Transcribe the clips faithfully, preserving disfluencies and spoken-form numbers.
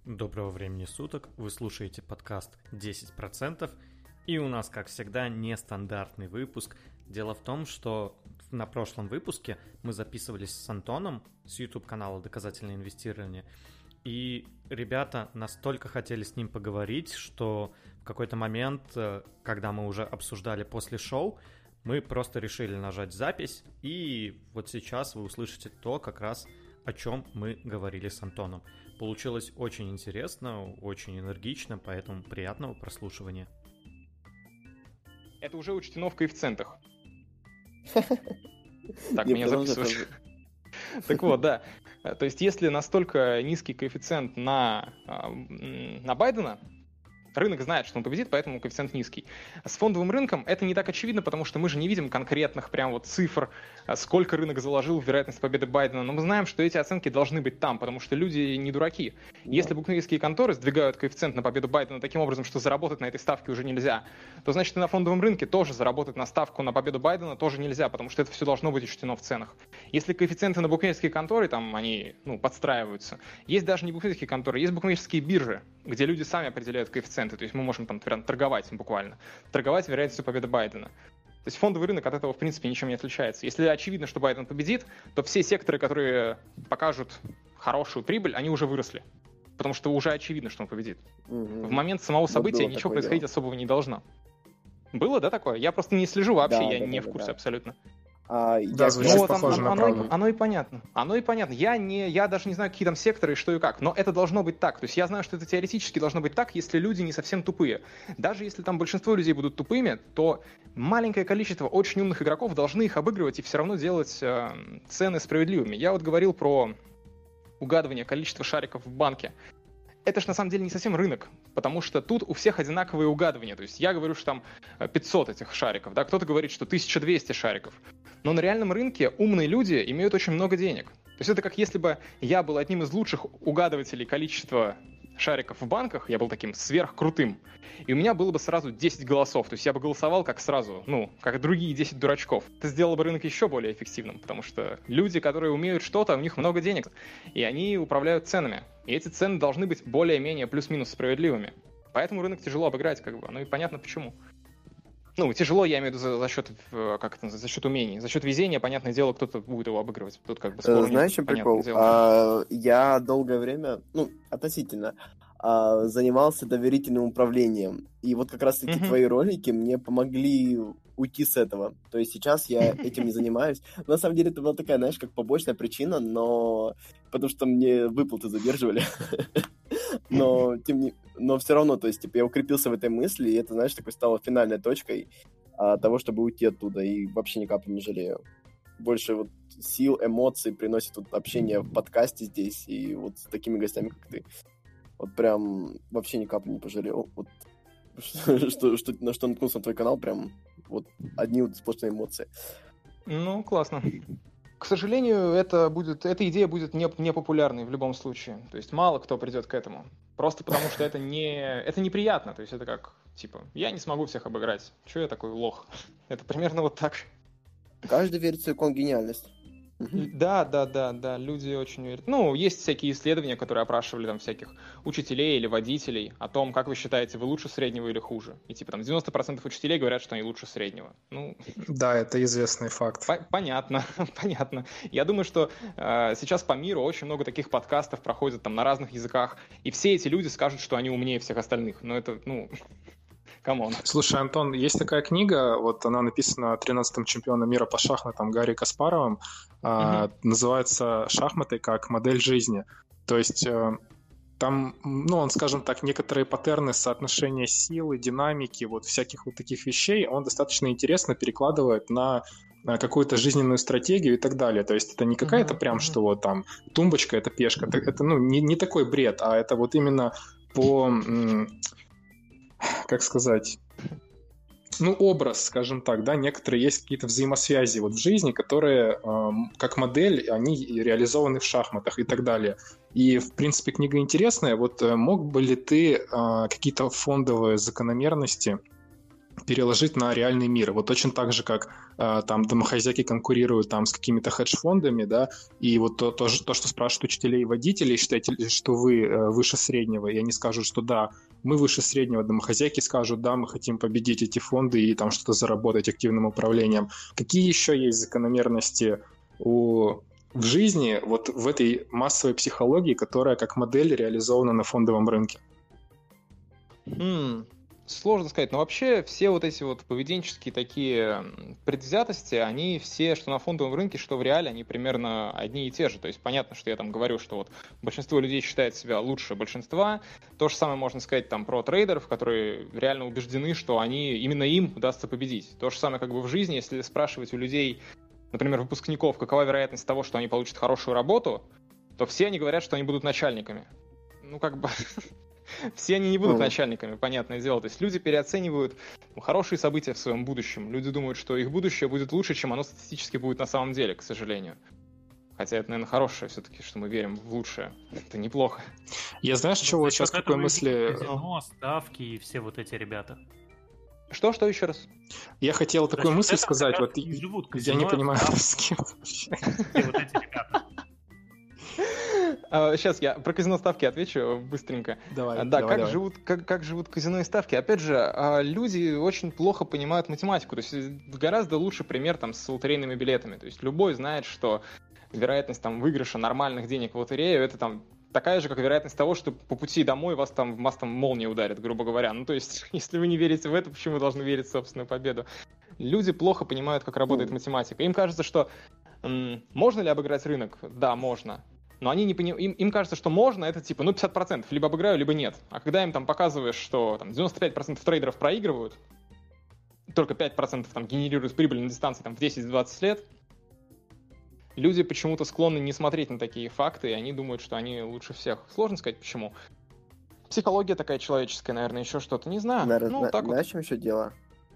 Доброго времени суток, вы слушаете подкаст десять процентов, и у нас, как всегда, нестандартный выпуск. Дело в том, что на прошлом выпуске мы записывались с Антоном с YouTube-канала «Доказательное инвестирование», и ребята настолько хотели с ним поговорить, что в какой-то момент, когда мы уже обсуждали после шоу, мы просто решили нажать запись, и вот сейчас вы услышите то, как раз о чем мы говорили с Антоном. Получилось очень интересно, очень энергично, поэтому приятного прослушивания. Это уже учтено в коэффициентах. Так, меня записываешь. Так вот, да. То есть, если настолько низкий коэффициент на, на Байдена, рынок знает, что он победит, поэтому коэффициент низкий. С фондовым рынком это не так очевидно, потому что мы же не видим конкретных прям вот цифр, сколько рынок заложил в вероятность победы Байдена, но мы знаем, что эти оценки должны быть там, потому что люди не дураки. Если букмекерские конторы сдвигают коэффициент на победу Байдена таким образом, что заработать на этой ставке уже нельзя, то значит и на фондовом рынке тоже заработать на ставку на победу Байдена тоже нельзя, потому что это все должно быть учтено в ценах. Если коэффициенты на букмекерские конторы, там они ну, подстраиваются, есть даже не букмекерские конторы, есть букмекерские биржи, где люди сами определяют коэффициенты. То есть мы можем там торговать буквально. Торговать вероятностью победы Байдена. То есть фондовый рынок от этого, в принципе, ничем не отличается. Если очевидно, что Байден победит, то все секторы, которые покажут хорошую прибыль, они уже выросли. Потому что уже очевидно, что он победит. Mm-hmm. В момент самого события ничего происходить дело. Особого не должно. Было, да, такое? Я просто не слежу вообще, да, я да, не да, в курсе да. абсолютно. А, да, звучит ну, похоже оно, на правду. Оно, оно и понятно. Оно и понятно. Я, не, я даже не знаю, какие там секторы и что и как, но это должно быть так. То есть я знаю, что это теоретически должно быть так, если люди не совсем тупые. Даже если там большинство людей будут тупыми, то маленькое количество очень умных игроков должны их обыгрывать и все равно делать э, цены справедливыми. Я вот говорил про угадывание количества шариков в банке. Это же на самом деле не совсем рынок, потому что тут у всех одинаковые угадывания. То есть я говорю, что там пятьсот этих шариков, да, кто-то говорит, что тысяча двести шариков. Но на реальном рынке умные люди имеют очень много денег. То есть это как если бы я был одним из лучших угадывателей количества шариков в банках, я был таким сверхкрутым, и у меня было бы сразу десять голосов, то есть я бы голосовал как сразу, ну, как другие десять дурачков. Это сделало бы рынок еще более эффективным, потому что люди, которые умеют что-то, у них много денег, и они управляют ценами, и эти цены должны быть более-менее плюс-минус справедливыми. Поэтому рынок тяжело обыграть, как бы, ну и понятно почему. Ну, тяжело, я имею в виду за, за счет, как это, за счет умений. За счет везения, понятное дело, кто-то будет его обыгрывать. Тут как бы спору Знаешь, что прикол? А, я долгое время, ну, относительно, а, занимался доверительным управлением. И вот как раз-таки uh-huh. твои ролики мне помогли уйти с этого. То есть сейчас я этим не занимаюсь. Но на самом деле это была такая, знаешь, как побочная причина, но потому что мне выплаты задерживали. Но, тем не... Но все равно, то есть, типа, я укрепился в этой мысли, и это, знаешь, такой стало финальной точкой а, того, чтобы уйти оттуда, и вообще ни капли не жалею. Больше вот сил, эмоций приносит вот общение в подкасте здесь, и вот с такими гостями, как ты. Вот прям вообще ни капли не пожалел. Вот что, что, на что наткнулся на твой канал, прям вот одни вот сплошные эмоции. Ну, классно. К сожалению, это будет, эта идея будет не, не популярной в любом случае. То есть мало кто придет к этому. Просто потому что это, не, это неприятно. То есть это как, типа, я не смогу всех обыграть. Чё я такой лох? Это примерно вот так. Каждый верит в свою конгениальность. Да, да, да, да, люди очень верят. Ну, есть всякие исследования, которые опрашивали там всяких учителей или водителей о том, как вы считаете, вы лучше среднего или хуже. И типа там девяносто процентов учителей говорят, что они лучше среднего. Ну, да, это известный факт. По- понятно, понятно. Я думаю, что э, сейчас по миру очень много таких подкастов проходят там на разных языках, и все эти люди скажут, что они умнее всех остальных. Но это, ну... Камон. Слушай, Антон, есть такая книга, вот она написана тринадцатым чемпионом мира по шахматам Гарри Каспаровым, mm-hmm. э, называется «Шахматы как модель жизни». То есть э, там, ну, он, скажем так, некоторые паттерны соотношения силы, динамики, вот всяких вот таких вещей, он достаточно интересно перекладывает на какую-то жизненную стратегию и так далее. То есть это не какая-то mm-hmm. прям, что вот там тумбочка — это пешка. Это, это ну, не, не такой бред, а это вот именно по... М- как сказать, ну, образ, скажем так, да, некоторые есть какие-то взаимосвязи вот в жизни, которые э, как модель, они реализованы в шахматах и так далее. И, в принципе, книга интересная. Вот э, мог бы ли ты э, какие-то фондовые закономерности переложить на реальный мир. Вот точно так же, как э, там домохозяйки конкурируют там с какими-то хедж-фондами, да, и вот то, то, то, что спрашивают учителей и водителей, считаете ли, что вы э, выше среднего, и они скажут, что да, мы выше среднего, домохозяйки скажут, да, мы хотим победить эти фонды и там что-то заработать активным управлением. Какие еще есть закономерности у... в жизни, вот в этой массовой психологии, которая как модель реализована на фондовом рынке? Mm. Сложно сказать, но вообще все вот эти вот поведенческие такие предвзятости, они все, что на фондовом рынке, что в реале, они примерно одни и те же. То есть понятно, что я там говорю, что вот большинство людей считает себя лучше большинства. То же самое можно сказать там про трейдеров, которые реально убеждены, что они, именно им удастся победить. То же самое как бы в жизни, если спрашивать у людей, например, выпускников, какова вероятность того, что они получат хорошую работу, то все они говорят, что они будут начальниками. Ну как бы... Все они не будут начальниками, понятное дело. То есть люди переоценивают хорошие события в своем будущем. Люди думают, что их будущее будет лучше, чем оно статистически будет на самом деле, к сожалению. Хотя это, наверное, хорошее все-таки, что мы верим в лучшее. Это неплохо. Я знаешь, чего вот сейчас какой мысли... Казино, ставки и все вот эти ребята. Что, что еще раз? Я хотел такую Значит, мысль сказать. Вот я не понимаю, с кем вообще. Вот эти ребята. Сейчас я про казино ставки отвечу быстренько. Давай, да, давай, как, давай. Живут, как, как живут казино и ставки? Опять же, люди очень плохо понимают математику. То есть гораздо лучше пример там с лотерейными билетами. То есть любой знает, что вероятность там выигрыша нормальных денег в лотерею это там такая же, как вероятность того, что по пути домой вас там, вас там молния ударит, грубо говоря. Ну, то есть, если вы не верите в это, почему вы должны верить в собственную победу? Люди плохо понимают, как работает математика. Им кажется, что м- можно ли обыграть рынок? Да, можно. Но они не поним... им, им кажется, что можно, это типа, ну, пятьдесят процентов, либо обыграю, либо нет. А когда им там показываешь, что там, девяносто пять процентов трейдеров проигрывают, только пять процентов там генерируют прибыль на дистанции там, в десять-двадцать лет, люди почему-то склонны не смотреть на такие факты, и они думают, что они лучше всех. Сложно сказать, почему. Психология такая человеческая, наверное, еще что-то, не знаю. Наверное, ну, на, так знаешь, вот. в чем еще дело?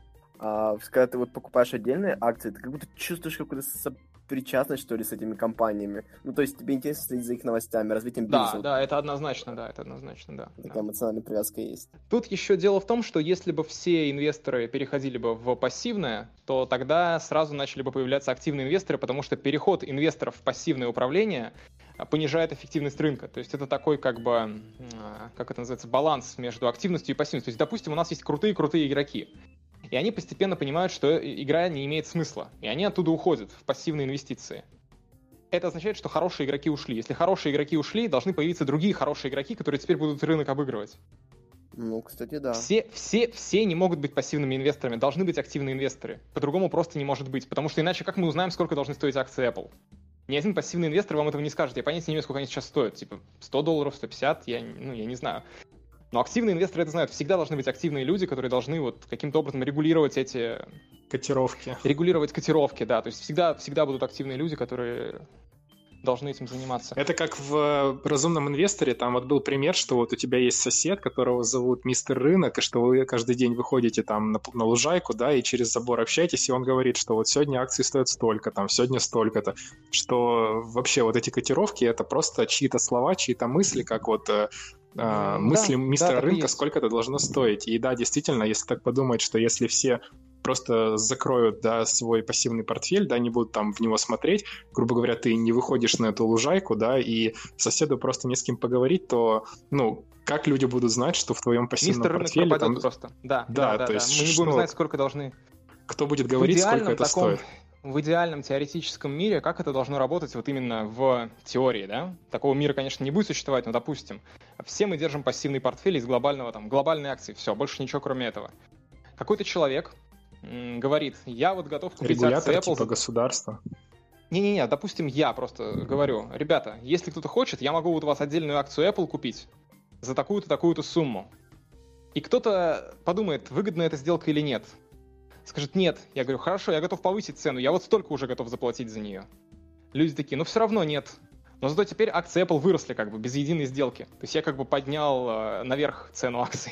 А, когда ты вот покупаешь отдельные акции, ты как будто чувствуешь какую-то сопричастность, что ли, с этими компаниями. Ну, то есть тебе интересно следить за их новостями, развитием бизнеса. Да, да, это однозначно, да, это однозначно, да. Такая да. эмоциональная привязка есть. Тут еще дело в том, что если бы все инвесторы переходили бы в пассивное, то тогда сразу начали бы появляться активные инвесторы, потому что переход инвесторов в пассивное управление понижает эффективность рынка. То есть это такой, как бы, как это называется, баланс между активностью и пассивностью. То есть, допустим, у нас есть крутые-крутые игроки. И они постепенно понимают, что игра не имеет смысла. И они оттуда уходят в пассивные инвестиции. Это означает, что хорошие игроки ушли. Если хорошие игроки ушли, должны появиться другие хорошие игроки, которые теперь будут рынок обыгрывать. Ну, кстати, да. Все, все, все не могут быть пассивными инвесторами, должны быть активные инвесторы. По-другому просто не может быть. Потому что иначе как мы узнаем, сколько должны стоить акции Apple? Ни один пассивный инвестор вам этого не скажет. Я понятия не имею, сколько они сейчас стоят. Типа сто долларов, сто пятьдесят, я, ну, я не знаю. Но активные инвесторы это знают. Всегда должны быть активные люди, которые должны вот каким-то образом регулировать эти... Котировки. Регулировать котировки, да. То есть всегда, всегда будут активные люди, которые должны этим заниматься. Это как в «Разумном инвесторе». Там вот был пример, что вот у тебя есть сосед, которого зовут мистер Рынок, и что вы каждый день выходите там на, на лужайку, да, и через забор общаетесь, и он говорит, что вот сегодня акции стоят столько, там, сегодня столько-то. Что вообще вот эти котировки — это просто чьи-то слова, чьи-то мысли, как вот... Uh, мысли да, мистера да, рынка, сколько это должно стоить. И да, действительно, если так подумать, что если все просто закроют, да, свой пассивный портфель, да, не будут там в него смотреть, грубо говоря, ты не выходишь на эту лужайку, да, и соседу просто не с кем поговорить, то, ну, как люди будут знать, что в твоем пассивном мистер портфеле... Мистер там... рынок пропадет просто. Да, да, да, да, то да. есть, Мы не будем ну, знать, сколько должны... Кто будет говорить, сколько это таком... стоит? В идеальном теоретическом мире, как это должно работать вот именно в теории, да? Такого мира, конечно, не будет существовать, но, допустим, все мы держим пассивный портфель из глобального, там, глобальной акции, все, больше ничего кроме этого. Какой-то человек м- говорит, я вот готов купить Регулятор акции Apple... типа государства? Не-не-не, допустим, я просто говорю, ребята, если кто-то хочет, я могу вот у вас отдельную акцию Apple купить за такую-то, такую-то сумму. И кто-то подумает, выгодна эта сделка или нет. Скажет, нет. Я говорю, хорошо, я готов повысить цену, я вот столько уже готов заплатить за нее. Люди такие, ну все равно нет. Но зато теперь акции Apple выросли как бы без единой сделки. То есть я как бы поднял э, наверх цену акций.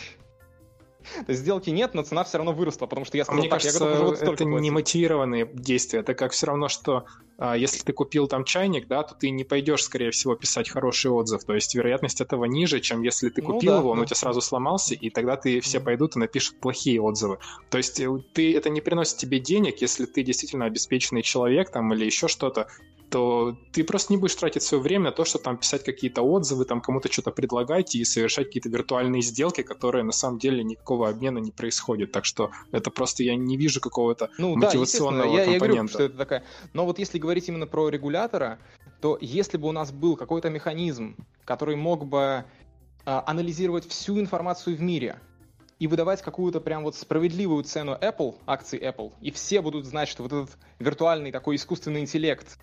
То есть сделки нет, но цена все равно выросла, потому что я сказал, Мне так, кажется, я готов уже вот столько это платить. не мотивированные действия. Это как все равно, что если ты купил там чайник, да, то ты не пойдешь, скорее всего, писать хороший отзыв. То есть вероятность этого ниже, чем если ты купил ну, да, его, он да. у тебя сразу сломался, и тогда ты все пойдут и напишут плохие отзывы. То есть ты, это не приносит тебе денег, если ты действительно обеспеченный человек там, или еще что-то, то ты просто не будешь тратить свое время на то, чтобы там писать какие-то отзывы, там кому-то что-то предлагать и совершать какие-то виртуальные сделки, которые на самом деле никакого обмена не происходит. Так что это просто я не вижу какого-то ну, мотивационного да, я, компонента. Я говорю, что это такая... Но вот если говорить именно про регулятора, то если бы у нас был какой-то механизм, который мог бы а, анализировать всю информацию в мире и выдавать какую-то прям вот справедливую цену Apple, акций Apple, и все будут знать, что вот этот виртуальный такой искусственный интеллект,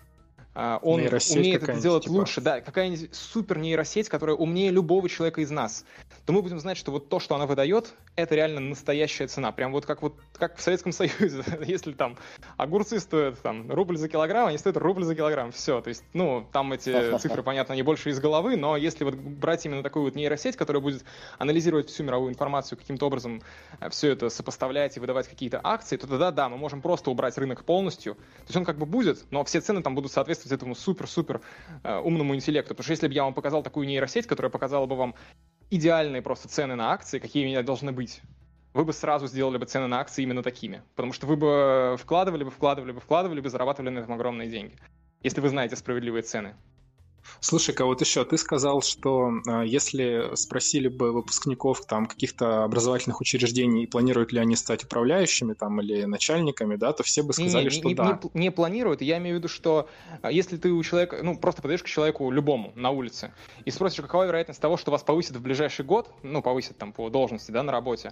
он умеет это делать типа. лучше, да, какая-нибудь супер нейросеть, которая умнее любого человека из нас, то мы будем знать, что вот то, что она выдает, это реально настоящая цена. Прям вот как вот как в Советском Союзе, если там огурцы стоят там рубль за килограмм, они стоят рубль за килограмм, все. То есть, ну, там эти цифры, понятно, они больше из головы, но если вот брать именно такую вот нейросеть, которая будет анализировать всю мировую информацию, каким-то образом все это сопоставлять и выдавать какие-то акции, то тогда, да, мы можем просто убрать рынок полностью. То есть он как бы будет, но все цены там будут соответствовать этому супер-супер э, умному интеллекту. Потому что если бы я вам показал такую нейросеть, которая показала бы вам идеальные просто цены на акции, какие у меня должны быть, вы бы сразу сделали бы цены на акции именно такими. Потому что вы бы вкладывали бы, вкладывали бы, вкладывали бы, зарабатывали на этом огромные деньги. Если вы знаете справедливые цены. Слушай-ка, вот еще ты сказал, что э, если спросили бы выпускников там каких-то образовательных учреждений, планируют ли они стать управляющими там или начальниками, да, то все бы сказали, не, не, что не, да. Не, не планируют, я имею в виду, что если ты у человека, ну, просто подойдешь к человеку любому на улице и спросишь, какова вероятность того, что вас повысят в ближайший год, ну, повысят там по должности, да, на работе,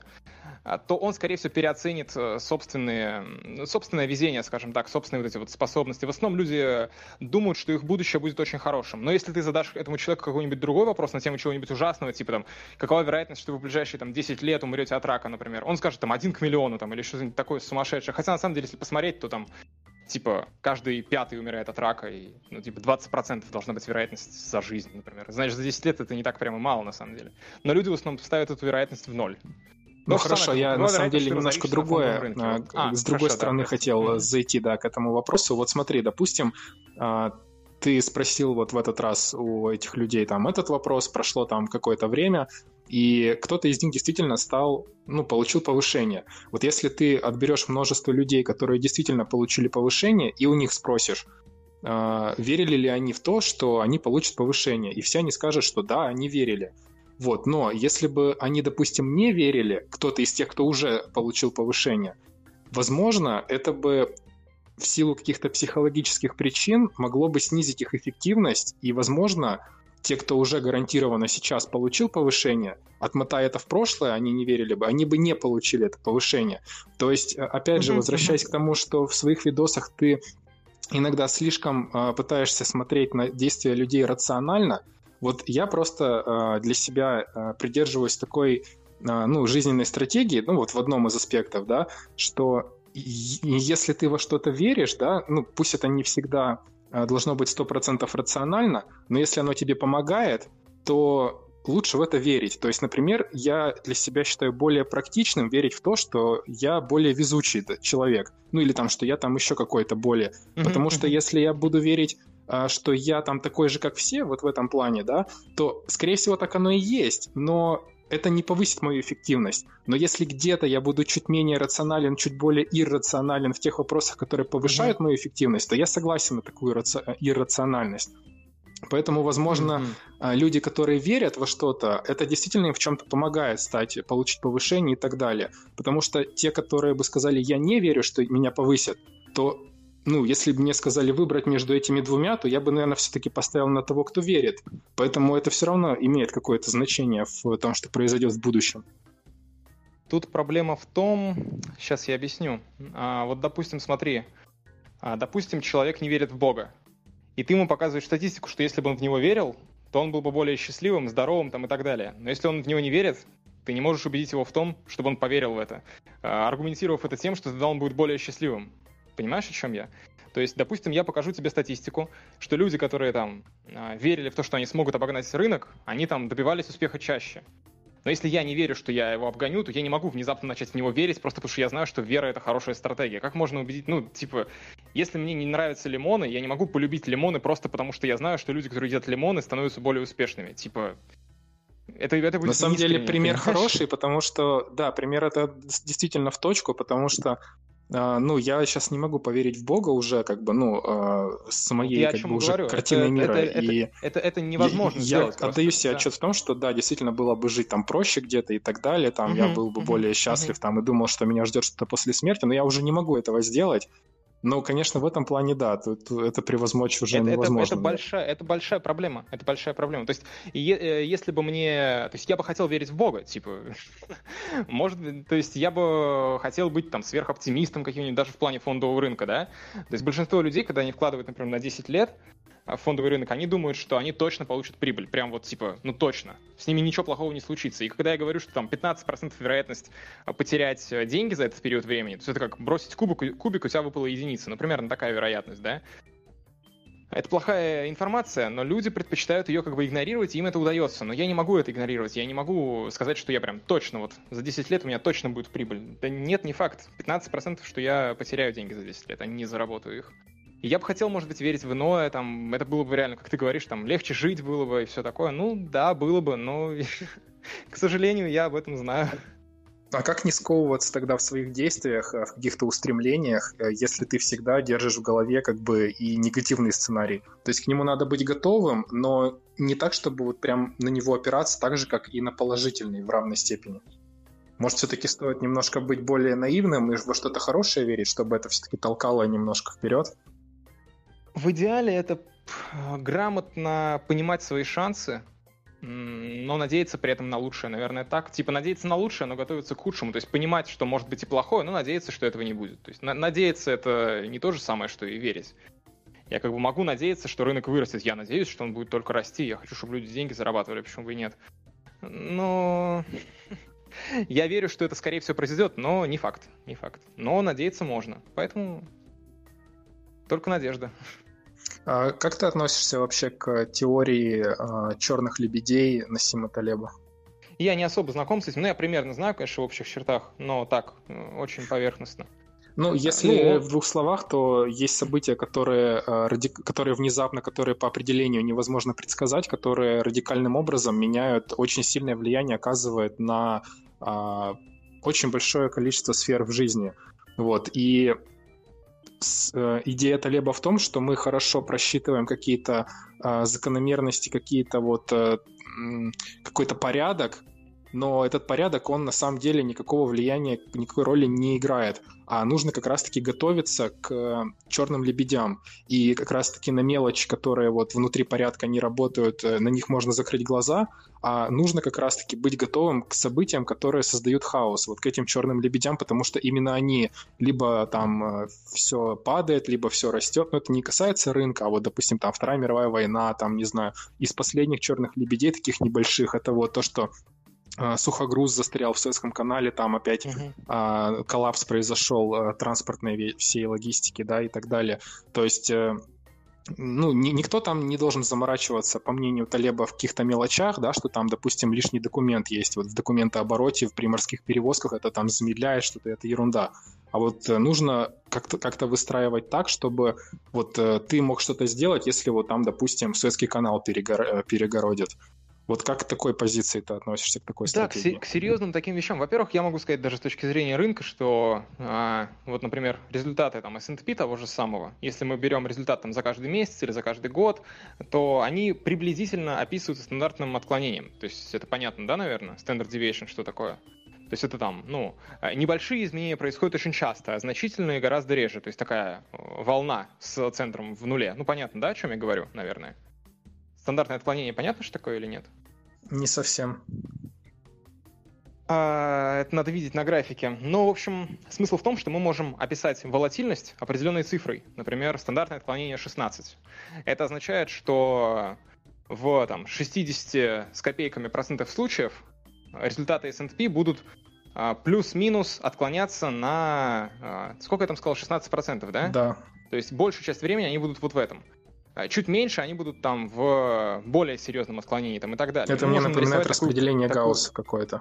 то он, скорее всего, переоценит собственные, собственное везение, скажем так, собственные вот эти вот способности. В основном люди думают, что их будущее будет очень хорошим. Но если ты задашь этому человеку какой-нибудь другой вопрос на тему чего-нибудь ужасного, типа там, какова вероятность, что вы в ближайшие там десять лет умрете от рака, например, он скажет там один к миллиону там или что-нибудь такое сумасшедшее. Хотя на самом деле, если посмотреть, то там типа каждый пятый умирает от рака, и ну типа двадцать процентов должна быть вероятность за жизнь, например. Значит, за десять лет это не так прямо мало на самом деле. Но люди в основном ставят эту вероятность в ноль. Ну, хорошо, самое, я на самом деле немножко другое, а, с другой хорошо, стороны да, хотел да. зайти, да, к этому вопросу. Вот смотри, допустим, ты спросил вот в этот раз у этих людей там этот вопрос, прошло там какое-то время, и кто-то из них действительно стал, ну, получил повышение. Вот если ты отберешь множество людей, которые действительно получили повышение, и у них спросишь, верили ли они в то, что они получат повышение, и все они скажут, что да, они верили. Вот, но если бы они, допустим, не верили, кто-то из тех, кто уже получил повышение, возможно, это бы в силу каких-то психологических причин могло бы снизить их эффективность, и, возможно, те, кто уже гарантированно сейчас получил повышение, отмотая это в прошлое, они не верили бы, они бы не получили это повышение. То есть, опять же, возвращаясь к тому, что в своих видосах ты иногда слишком э, пытаешься смотреть на действия людей рационально, вот я просто э, для себя э, придерживаюсь такой э, ну, жизненной стратегии, ну вот в одном из аспектов, да, что если ты во что-то веришь, да, ну пусть это не всегда э, должно быть сто процентов рационально, но если оно тебе помогает, то лучше в это верить. То есть, например, я для себя считаю более практичным верить в то, что я более везучий человек, ну или там, что я там еще какой-то более. Mm-hmm. Потому что если я буду верить, что я там такой же, как все, вот в этом плане, да, то, скорее всего, так оно и есть, но это не повысит мою эффективность. Но если где-то я буду чуть менее рационален, чуть более иррационален в тех вопросах, которые повышают mm-hmm. мою эффективность, то я согласен на такую раци- иррациональность. Поэтому, возможно, mm-hmm. люди, которые верят во что-то, это действительно им в чем-то помогает стать, получить повышение и так далее. Потому что те, которые бы сказали, я не верю, что меня повысят, то ну, если бы мне сказали выбрать между этими двумя, то я бы, наверное, все-таки поставил на того, кто верит. Поэтому это все равно имеет какое-то значение в том, что произойдет в будущем. Тут проблема в том, сейчас я объясню. А, вот, допустим, смотри, а, допустим, человек не верит в Бога, и ты ему показываешь статистику, что если бы он в него верил, то он был бы более счастливым, здоровым там, и так далее. Но если он в него не верит, ты не можешь убедить его в том, чтобы он поверил в это, а, аргументировав это тем, что тогда он будет более счастливым. Понимаешь, о чем я? То есть, допустим, я покажу тебе статистику, что люди, которые там верили в то, что они смогут обогнать рынок, они там добивались успеха чаще. Но если я не верю, что я его обгоню, то я не могу внезапно начать в него верить, просто потому что я знаю, что вера — это хорошая стратегия. Как можно убедить, ну, типа, если мне не нравятся лимоны, я не могу полюбить лимоны просто потому, что я знаю, что люди, которые едят лимоны, становятся более успешными. Типа, это, это будет на самом деле пример понимаешь? Хороший, потому что, да, пример это действительно в точку, потому что ну, я сейчас не могу поверить в Бога уже, как бы, ну, с моей, я как бы, уже говорю. картиной это, мира. Это, и это, это, это невозможно я, сделать. Я отдаю себе да. отчет в том, что, да, действительно было бы жить там проще где-то и так далее, там, uh-huh, я был бы uh-huh, более счастлив, uh-huh. там, и думал, что меня ждет что-то после смерти, но я уже не могу этого сделать. Но, конечно, в этом плане, да, тут это превозмочь уже это, невозможно. Это, это, большая, это большая проблема, это большая проблема. То есть, е- если бы мне... То есть, я бы хотел верить в Бога, типа... Может быть, то есть, я бы хотел быть там сверхоптимистом каким-нибудь, даже в плане фондового рынка, да? То есть, большинство людей, когда они вкладывают, например, на десять лет в фондовый рынок, они думают, что они точно получат прибыль. Прям вот, типа, ну точно. С ними ничего плохого не случится. И когда я говорю, что там пятнадцать процентов вероятность потерять деньги за этот период времени, то есть это как бросить кубик, кубик, у тебя выпала единица. Ну, примерно такая вероятность, да? Это плохая информация, но люди предпочитают ее как бы игнорировать, и им это удается. Но я не могу это игнорировать. Я не могу сказать, что я прям точно вот за десять лет у меня точно будет прибыль. Да нет, не факт. пятнадцать процентов, что я потеряю деньги за десять лет, а не заработаю их. И я бы хотел, может быть, верить в иное, там, это было бы реально, как ты говоришь, там, легче жить было бы и все такое. Ну, да, было бы, но, к сожалению, я об этом знаю. А как не сковываться тогда в своих действиях, в каких-то устремлениях, если ты всегда держишь в голове как бы и негативный сценарий? То есть к нему надо быть готовым, но не так, чтобы вот прям на него опираться так же, как и на положительный в равной степени. Может, все-таки стоит немножко быть более наивным и во что-то хорошее верить, чтобы это все-таки толкало немножко вперед? В идеале это грамотно понимать свои шансы, но надеяться при этом на лучшее, наверное, так. Типа надеяться на лучшее, но готовиться к худшему. То есть понимать, что может быть и плохое, но надеяться, что этого не будет. То есть на- надеяться — это не то же самое, что и верить. Я как бы могу надеяться, что рынок вырастет. Я надеюсь, что он будет только расти. Я хочу, чтобы люди деньги зарабатывали, почему бы и нет. Но я верю, что это, скорее всего, произойдет, но не факт. Не факт. Но надеяться можно. Поэтому только надежда. А как ты относишься вообще к теории а, черных лебедей Нассима Талеба? Я не особо знаком с этим, но я примерно знаю, конечно, в общих чертах, но так, очень поверхностно. Ну, если ну, в двух словах, то есть события, которые, которые внезапно, которые по определению невозможно предсказать, которые радикальным образом меняют, очень сильное влияние оказывают на а, очень большое количество сфер в жизни. Вот, и идея Талеба в том, что мы хорошо просчитываем какие-то а, закономерности, какие-то вот а, какой-то порядок, но этот порядок, он на самом деле никакого влияния, никакой роли не играет. А нужно как раз-таки готовиться к черным лебедям. И как раз-таки на мелочи, которые вот внутри порядка не работают, на них можно закрыть глаза, а нужно как раз-таки быть готовым к событиям, которые создают хаос, вот к этим черным лебедям, потому что именно они либо там все падает, либо все растет, но это не касается рынка, а вот, допустим, там Вторая мировая война, там, не знаю, из последних черных лебедей, таких небольших, это вот то, что сухогруз застрял в Суэцком канале, там опять uh-huh. а, коллапс произошел а, транспортной всей логистики, да, и так далее. То есть, а, ну, ни, никто там не должен заморачиваться, по мнению Талеба, в каких-то мелочах, да, что там, допустим, лишний документ есть. Вот в документообороте, в приморских перевозках это там замедляет что-то, это ерунда. А вот нужно как-то, как-то выстраивать так, чтобы вот ты мог что-то сделать, если вот там, допустим, Суэцкий канал перегор... перегородит. Вот как к такой позиции ты относишься, к такой стратегии? Да, к, к серьезным таким вещам. Во-первых, я могу сказать даже с точки зрения рынка, что а, вот, например, результаты там эс энд пи того же самого, если мы берем результат там за каждый месяц или за каждый год, то они приблизительно описываются стандартным отклонением. То есть это понятно, да, наверное? Standard deviation, что такое? То есть это там, ну, небольшие изменения происходят очень часто, а значительные гораздо реже. То есть такая волна с центром в нуле. Ну, понятно, да, о чем я говорю, наверное? Стандартное отклонение, понятно, что такое или нет? Не совсем. А, это надо видеть на графике. Но, в общем, смысл в том, что мы можем описать волатильность определенной цифрой. Например, стандартное отклонение шестнадцать. Это означает, что в там, шестьдесят с копейками процентов случаев результаты эс энд пи будут а, плюс-минус отклоняться на... А, сколько я там сказал? шестнадцать процентов, да? Да. То есть большую часть времени они будут вот в этом. чуть меньше они будут там в более серьезном отклонении там, и так далее. Это мы мне напоминает распределение такую... Гаусса какое-то.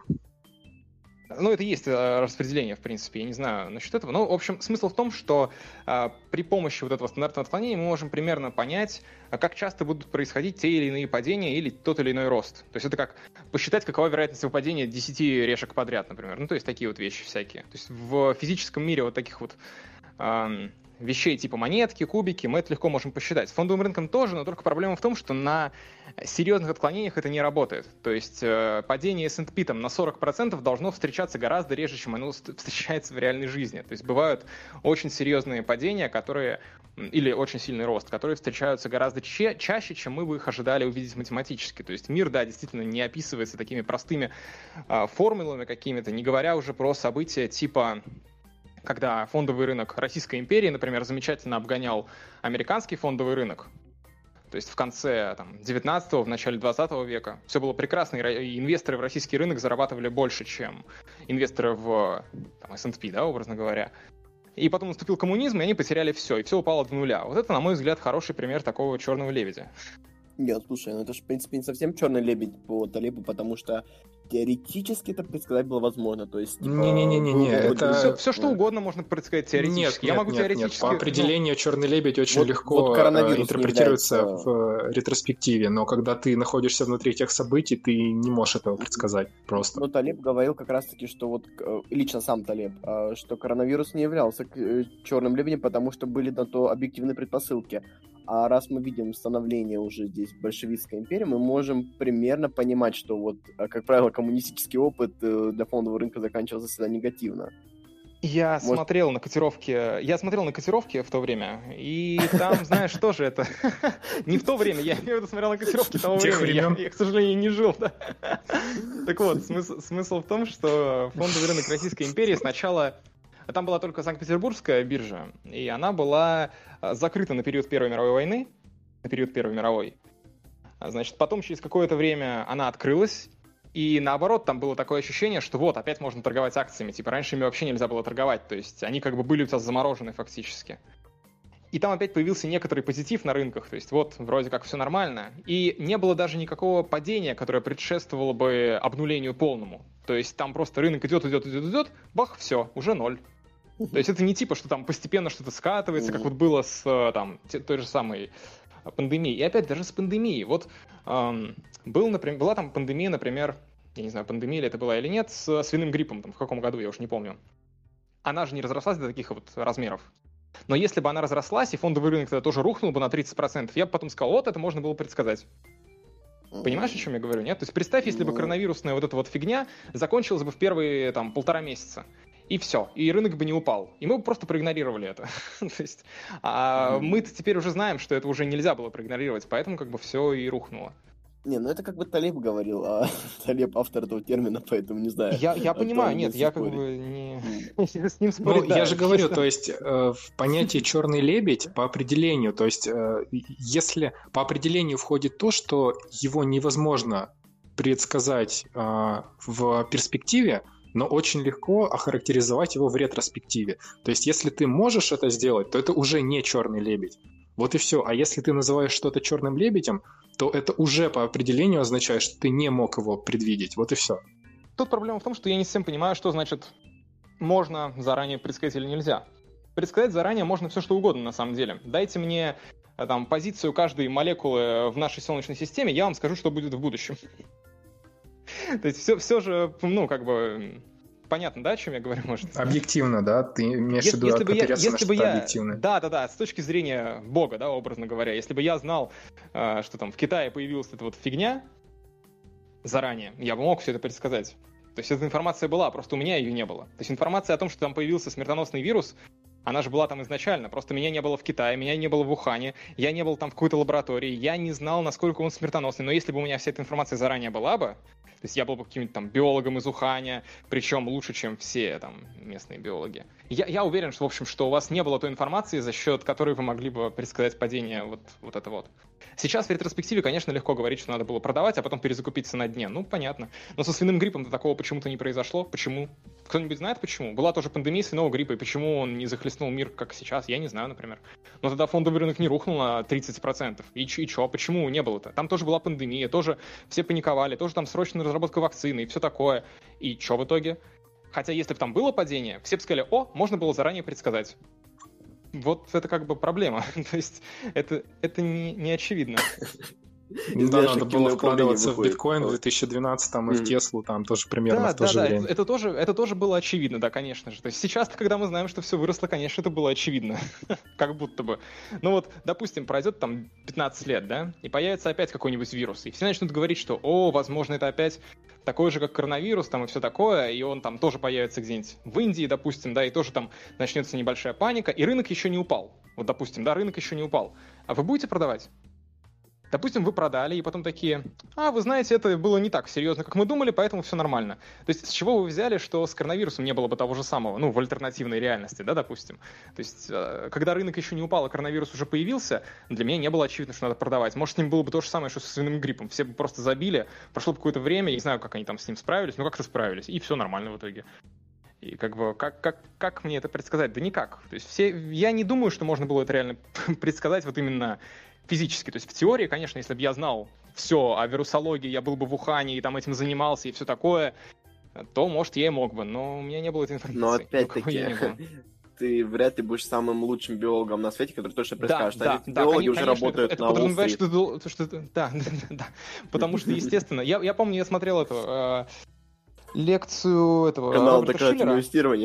Ну, это и есть распределение, в принципе, я не знаю насчет этого. Но, в общем, смысл в том, что э, при помощи вот этого стандартного отклонения мы можем примерно понять, как часто будут происходить те или иные падения или тот или иной рост. То есть это как посчитать, какова вероятность выпадения десяти решек подряд, например. Ну, то есть такие вот вещи всякие. То есть в физическом мире вот таких вот... Э, вещей типа монетки, кубики, мы это легко можем посчитать. С фондовым рынком тоже, но только проблема в том, что на серьезных отклонениях это не работает. То есть э, падение эс энд пи там, на сорок процентов должно встречаться гораздо реже, чем оно встречается в реальной жизни. То есть бывают очень серьезные падения, которые, или очень сильный рост, которые встречаются гораздо ча- чаще, чем мы бы их ожидали увидеть математически. То есть мир, да, действительно не описывается такими простыми э, формулами какими-то, не говоря уже про события типа... когда фондовый рынок Российской империи, например, замечательно обгонял американский фондовый рынок, то есть в конце там, девятнадцатого, в начале двадцатого века, все было прекрасно, и инвесторы в российский рынок зарабатывали больше, чем инвесторы в там, эс энд пи, да, образно говоря. И потом наступил коммунизм, и они потеряли все, и все упало до нуля. Вот это, на мой взгляд, хороший пример такого черного лебедя. Нет, слушай, ну это же, в принципе, не совсем черный лебедь по Талебу, потому что теоретически это предсказать было возможно, то есть... Не-не-не, это... Все, все что угодно можно предсказать теоретически. Нет, Я нет, могу нет, теоретически... нет. По определению черный лебедь очень вот, легко вот интерпретируется является... в ретроспективе, но когда ты находишься внутри этих событий, ты не можешь этого предсказать просто. Но Талеб говорил как раз-таки, что вот, лично сам Талеб, что коронавирус не являлся черным лебедем, потому что были на то объективные предпосылки. А раз мы видим становление уже здесь большевистской империи, мы можем примерно понимать, что вот, как правило, коммунистический опыт для фондового рынка заканчивался всегда негативно. Я Может... смотрел на котировки, я смотрел на котировки в то время, и там, знаешь, тоже это... Не в то время, я имею в виду смотрел на котировки того времени, я, к сожалению, не жил. Так вот, смысл в том, что фондовый рынок Российской империи сначала... Там была только Санкт-Петербургская биржа, и она была закрыта на период Первой мировой войны, на период Первой мировой. Значит, потом через какое-то время она открылась, и наоборот, там было такое ощущение, что вот, опять можно торговать акциями. Типа раньше ими вообще нельзя было торговать, то есть они как бы были у тебя заморожены фактически. И там опять появился некоторый позитив на рынках, то есть вот, вроде как все нормально. И не было даже никакого падения, которое предшествовало бы обнулению полному. То есть там просто рынок идет, идет, идет, идет, бах, все, уже ноль. То есть это не типа, что там постепенно что-то скатывается, как вот было с там, той же самой пандемией. И опять даже с пандемией. Вот эм, был, например, была там пандемия, например, я не знаю, пандемия ли это была или нет, с свиным гриппом, там, в каком году, я уж не помню. Она же не разрослась до таких вот размеров. Но если бы она разрослась, и фондовый рынок тогда тоже рухнул бы на тридцать процентов, я бы потом сказал, вот это можно было предсказать. Понимаешь, о чем я говорю, нет? То есть представь, если бы коронавирусная вот эта вот фигня закончилась бы в первые там полтора месяца. И все, и рынок бы не упал. И мы бы просто проигнорировали это. То есть, а мы-то теперь уже знаем, что это уже нельзя было проигнорировать, поэтому как бы все и рухнуло. Не, ну это как бы Талеб говорил, а Талеб автор этого термина, поэтому не знаю. Я, я понимаю, нет, я как бы не... с ним спорить, ну, да, я же говорю, то есть э, в понятие черный лебедь по определению, то есть э, если по определению входит то, что его невозможно предсказать э, в перспективе, но очень легко охарактеризовать его в ретроспективе. То есть если ты можешь это сделать, то это уже не черный лебедь. Вот и все. А если ты называешь что-то черным лебедем, то это уже по определению означает, что ты не мог его предвидеть. Вот и все. Тут проблема в том, что я не совсем понимаю, что значит можно заранее предсказать или нельзя. Предсказать заранее можно все что угодно на самом деле. Дайте мне там позицию каждой молекулы в нашей Солнечной системе, я вам скажу, что будет в будущем. То есть все, все же, ну, как бы, понятно, да, о чем я говорю, может? Объективно, да? Ты имеешь в виду опереться на что-то объективное. Да, да, да, с точки зрения Бога, да, образно говоря. Если бы я знал, что там в Китае появилась эта вот фигня заранее, я бы мог все это предсказать. То есть эта информация была, просто у меня ее не было. То есть информация о том, что там появился смертоносный вирус, она же была там изначально, просто меня не было в Китае, меня не было в Ухане, я не был там в какой-то лаборатории, я не знал, насколько он смертоносный, но если бы у меня вся эта информация заранее была бы, то есть я был бы каким-нибудь там биологом из Уханя, причем лучше, чем все там местные биологи. Я, я уверен, что, в общем, что у вас не было той информации, за счет которой вы могли бы предсказать падение вот, вот это вот. Сейчас в ретроспективе, конечно, легко говорить, что надо было продавать, а потом перезакупиться на дне. Ну, понятно. Но со свиным гриппом такого почему-то не произошло. Почему? Кто-нибудь знает почему? Была тоже пандемия свиного гриппа, и почему он не захлестнул захлестнул мир, как сейчас, я не знаю, например. Но тогда фондовый рынок не рухнул на тридцать процентов. И, и чё, почему не было-то? Там тоже была пандемия, тоже все паниковали, тоже там срочная разработка вакцины и все такое. И чё в итоге? Хотя если бы там было падение, все бы сказали, о, можно было заранее предсказать. Вот это как бы проблема. То есть это, это не, не очевидно. Да, надо было вкладываться в биткоин в две тысячи двенадцатом и в Теслу там тоже примерно да, в то да, же да, время. Это, это, тоже, это тоже было очевидно, да, конечно же. То есть сейчас, когда мы знаем, что все выросло, конечно, это было очевидно. Как будто бы. Ну вот, допустим, пройдет там пятнадцать лет, да, и появится опять какой-нибудь вирус. И все начнут говорить, что, о, возможно, это опять такой же, как коронавирус, там и все такое, и он там тоже появится где-нибудь в Индии, допустим, да, и тоже там начнется небольшая паника, и рынок еще не упал. Вот, допустим, да, рынок еще не упал. А вы будете продавать? Допустим, вы продали, и потом такие, а, вы знаете, это было не так серьезно, как мы думали, поэтому все нормально. То есть с чего вы взяли, что с коронавирусом не было бы того же самого, ну, в альтернативной реальности, да, допустим. То есть, когда рынок еще не упал, а коронавирус уже появился, для меня не было очевидно, что надо продавать. Может, с ним было бы то же самое, что со свиным гриппом. Все бы просто забили, прошло бы какое-то время, я не знаю, как они там с ним справились, но как-то справились, и все нормально в итоге. И как бы, как, как, как мне это предсказать? Да никак. То есть все, я не думаю, что можно было это реально предсказать вот именно физически. То есть в теории, конечно, если бы я знал все о вирусологии, я был бы в Ухане и там этим занимался и все такое, то, может, я и мог бы, но у меня не было этой информации. Но опять-таки, ты вряд ли будешь самым лучшим биологом на свете, который точно предскажет. Да, а да, биологи да, уже конечно, работают это, на это подразумевает, что, Уолл-стрит. что, что, да, да, да, потому что, естественно, я, я помню, я смотрел эту э, лекцию этого Канал Роберта доказательного Шиллера. инвестирования.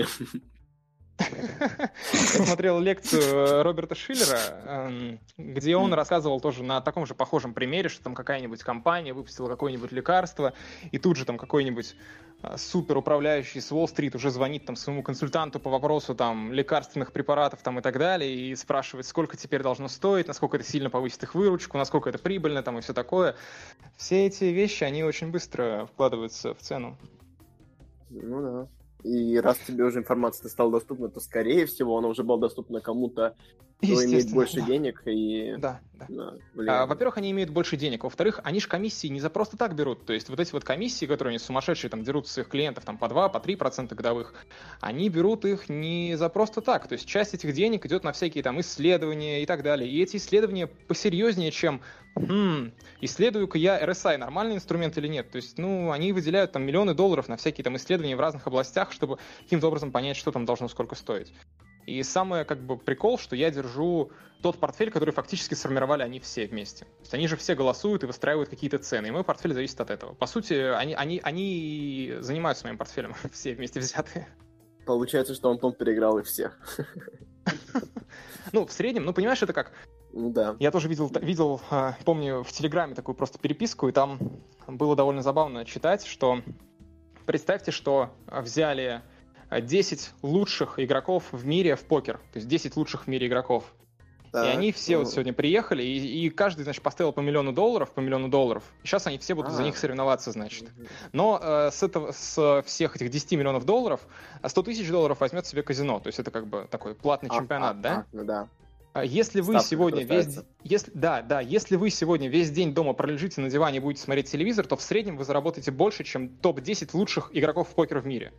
Я смотрел лекцию Роберта Шиллера, где он рассказывал тоже на таком же похожем примере, что там какая-нибудь компания выпустила какое-нибудь лекарство, и тут же там какой-нибудь супер управляющий с Уолл-стрит уже звонит там своему консультанту по вопросу там лекарственных препаратов там и так далее, и спрашивает, сколько теперь должно стоить, насколько это сильно повысит их выручку, насколько это прибыльно там и все такое. Все эти вещи, они очень быстро вкладываются в цену. Ну да. И раз тебе уже информация стала доступна, то, скорее всего, она уже была доступна кому-то, кто имеет больше да. денег и... Да, да. да а, во-первых, они имеют больше денег. Во-вторых, они же комиссии не за просто так берут. То есть вот эти вот комиссии, которые они сумасшедшие, там, дерут с своих клиентов там, по два, по три процента годовых, они берут их не за просто так. То есть часть этих денег идет на всякие там исследования и так далее. И эти исследования посерьезнее, чем хм, исследую-ка я эр эс ай, нормальный инструмент или нет. То есть, ну, они выделяют там миллионы долларов на всякие там исследования в разных областях, чтобы каким-то образом понять, что там должно сколько стоить. И самое, как бы, прикол, что я держу тот портфель, который фактически сформировали они все вместе. То есть они же все голосуют и выстраивают какие-то цены, и мой портфель зависит от этого. По сути, они, они, они занимаются моим портфелем, все вместе взятые. Получается, что Антон переиграл их всех. Ну, в среднем, ну, понимаешь, это как... Ну да. Я тоже видел, видел, помню, в Телеграме такую просто переписку, и там было довольно забавно читать, что представьте, что взяли десять лучших игроков в мире в покер. То есть десять лучших в мире игроков. Так, и они все ну... вот сегодня приехали, и, и каждый, значит, поставил по миллиону долларов, по миллиону долларов. И сейчас они все будут А-а-а. за них соревноваться, значит. Но э, с, этого, с всех этих десяти миллионов долларов сто тысяч долларов возьмет себе казино. То есть это как бы такой платный а, чемпионат, а, да? А, ну да. Если вы Ставка сегодня весь, если, да, да, если вы сегодня весь день дома пролежите на диване и будете смотреть телевизор, то в среднем вы заработаете больше, чем топ десять лучших игроков в покер в мире.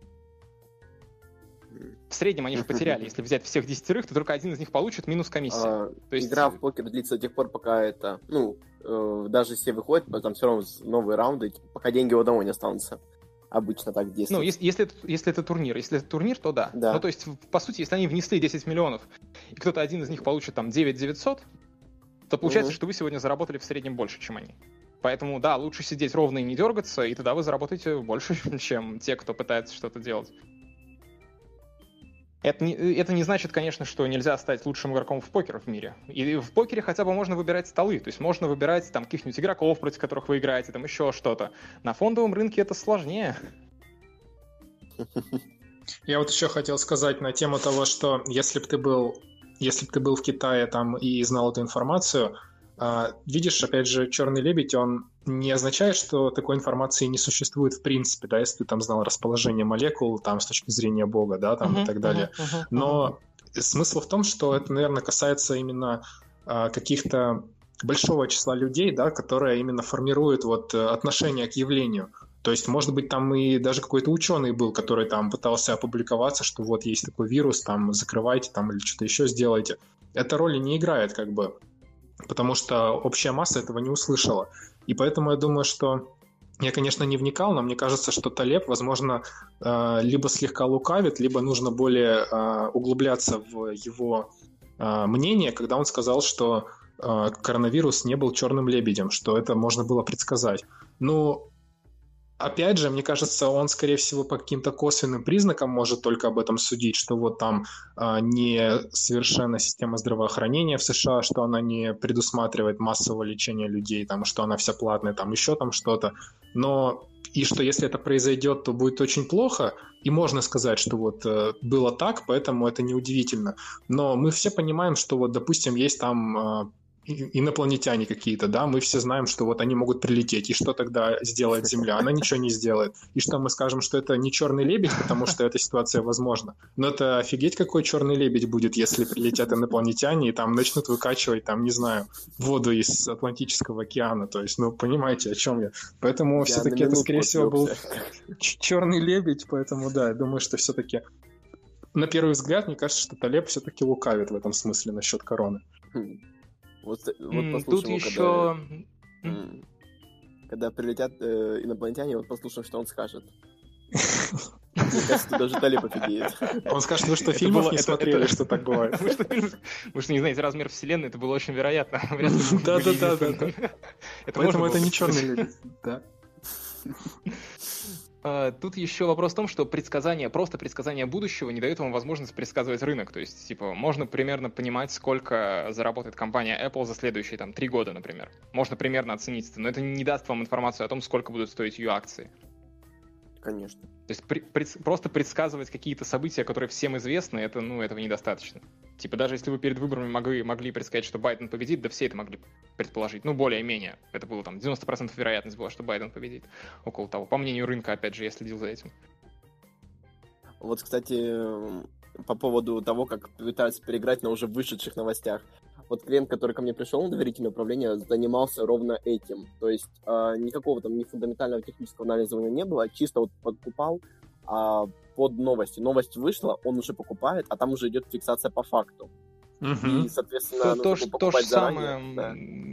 В среднем они же потеряли. Если взять всех десятерых, то только один из них получит минус комиссия. А, то есть... Игра в покер длится до тех пор, пока это... Ну, э, даже если выходит, там все равно новые раунды, пока деньги у одного не останутся. Обычно так действует. Ну, если, если, это, если это турнир. Если это турнир, то да. да. Ну, то есть, по сути, если они внесли десять миллионов, и кто-то один из них получит там девять девятьсот, то получается, угу. что вы сегодня заработали в среднем больше, чем они. Поэтому, да, лучше сидеть ровно и не дергаться, и тогда вы заработаете больше, чем те, кто пытается что-то делать. Это не, это не значит, конечно, что нельзя стать лучшим игроком в покер в мире. И в покере хотя бы можно выбирать столы. То есть можно выбирать там каких-нибудь игроков, против которых вы играете, там еще что-то. На фондовом рынке это сложнее. Я вот еще хотел сказать на тему того, что если бы ты был, если бы ты был в Китае там и знал эту информацию, видишь, опять же, черный лебедь, он не означает, что такой информации не существует в принципе, да, если ты там знал расположение молекул, там, с точки зрения Бога, да, там, uh-huh, и так далее. Uh-huh, uh-huh, Но uh-huh. смысл в том, что это, наверное, касается именно а, каких-то большого числа людей, да, которые именно формируют вот отношение к явлению. То есть, может быть, там и даже какой-то ученый был, который там пытался опубликоваться, что вот есть такой вирус, там закрывайте там или что-то еще сделайте. Эта роли не играет как бы, потому что общая масса этого не услышала. И поэтому я думаю, что я, конечно, не вникал, но мне кажется, что Талеб, возможно, либо слегка лукавит, либо нужно более углубляться в его мнение, когда он сказал, что коронавирус не был черным лебедем, что это можно было предсказать. Ну, опять же, мне кажется, он, скорее всего, по каким-то косвенным признакам может только об этом судить, что вот там а, не совершенна система здравоохранения в США, что она не предусматривает массового лечения людей, там, что она вся платная, там еще там что-то. Но и что если это произойдет, то будет очень плохо, и можно сказать, что вот э, было так, поэтому это неудивительно. Но мы все понимаем, что вот, допустим, есть там... Э, инопланетяне какие-то, да, мы все знаем, что вот они могут прилететь, и что тогда сделает Земля? Она ничего не сделает. И что мы скажем, что это не черный лебедь, потому что эта ситуация возможна. Но это офигеть, какой черный лебедь будет, если прилетят инопланетяне и там начнут выкачивать, там, не знаю, воду из Атлантического океана. То есть, ну, понимаете, о чем я. Поэтому я все-таки это, скорее всего, был черный лебедь, поэтому, да, я думаю, что все-таки на первый взгляд, мне кажется, что Талеб все-таки лукавит в этом смысле насчет короны. Вот, вот mm, тут его, еще... Когда, mm. когда прилетят э, инопланетяне, вот послушаем, что он скажет. Мне кажется, даже Талеб офигеет. Он скажет, вы что, фильмов не смотрели, что так бывает? Вы что, не знаете размер вселенной, это было очень вероятно. Да-да-да. Поэтому это не черный лебедь. Да. Тут еще вопрос в том, что предсказание, просто предсказание будущего не дает вам возможность предсказывать рынок. То есть, типа, можно примерно понимать, сколько заработает компания Apple за следующие, там, три года, например. Можно примерно оценить это, но это не даст вам информацию о том, сколько будут стоить ее акции. Конечно. То есть при, пред, просто предсказывать какие-то события, которые всем известны, это, ну, этого недостаточно. Типа даже если вы перед выборами могли, могли предсказать, что Байден победит, да все это могли предположить. Ну, более-менее. Это было там девяносто процентов вероятность была, что Байден победит. Около того. По мнению рынка, опять же, я следил за этим. Вот, кстати, по поводу того, как пытаются переиграть на уже вышедших новостях. Вот клиент, который ко мне пришел на доверительное управление, занимался ровно этим. То есть э, никакого там ни фундаментального технического анализа у него не было, чисто вот подкупал а, под новости. Новость вышла, он уже покупает, а там уже идет фиксация по факту. Uh-huh. И, соответственно, то, нужно то, было то покупать же заранее. самое, Да.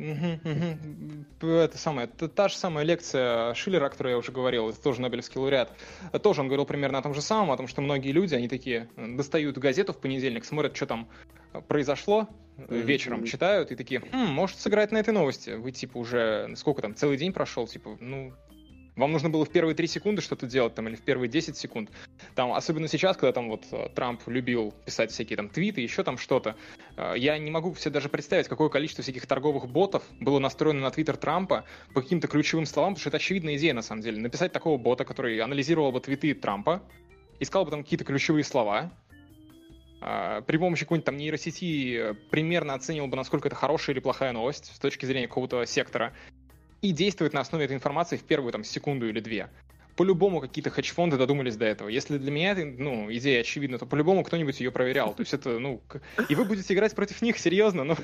угу, угу. Это самое, это та же самая лекция Шиллера, о которой я уже говорил, это тоже Нобелевский лауреат. Тоже он говорил примерно о том же самом, о том, что многие люди, они такие достают газету в понедельник, смотрят, что там произошло, mm-hmm. вечером читают и такие, хм, может сыграть на этой новости. Вы типа уже, сколько там, целый день прошел, типа, ну... Вам нужно было в первые три секунды что-то делать, там, или в первые десять секунд. Там, особенно сейчас, когда там вот Трамп любил писать всякие там твиты, еще там что-то. Я не могу себе даже представить, какое количество всяких торговых ботов было настроено на твиттер Трампа по каким-то ключевым словам, потому что это очевидная идея, на самом деле. Написать такого бота, который анализировал бы твиты Трампа, искал бы там какие-то ключевые слова, при помощи какой-нибудь там нейросети примерно оценивал бы, насколько это хорошая или плохая новость с точки зрения какого-то сектора, и действует на основе этой информации в первую там секунду или две. По-любому какие-то хедж-фонды додумались до этого. Если для меня это, ну, идея очевидна, то по-любому кто-нибудь ее проверял. То есть это, ну... И вы будете играть против них, серьезно, ну...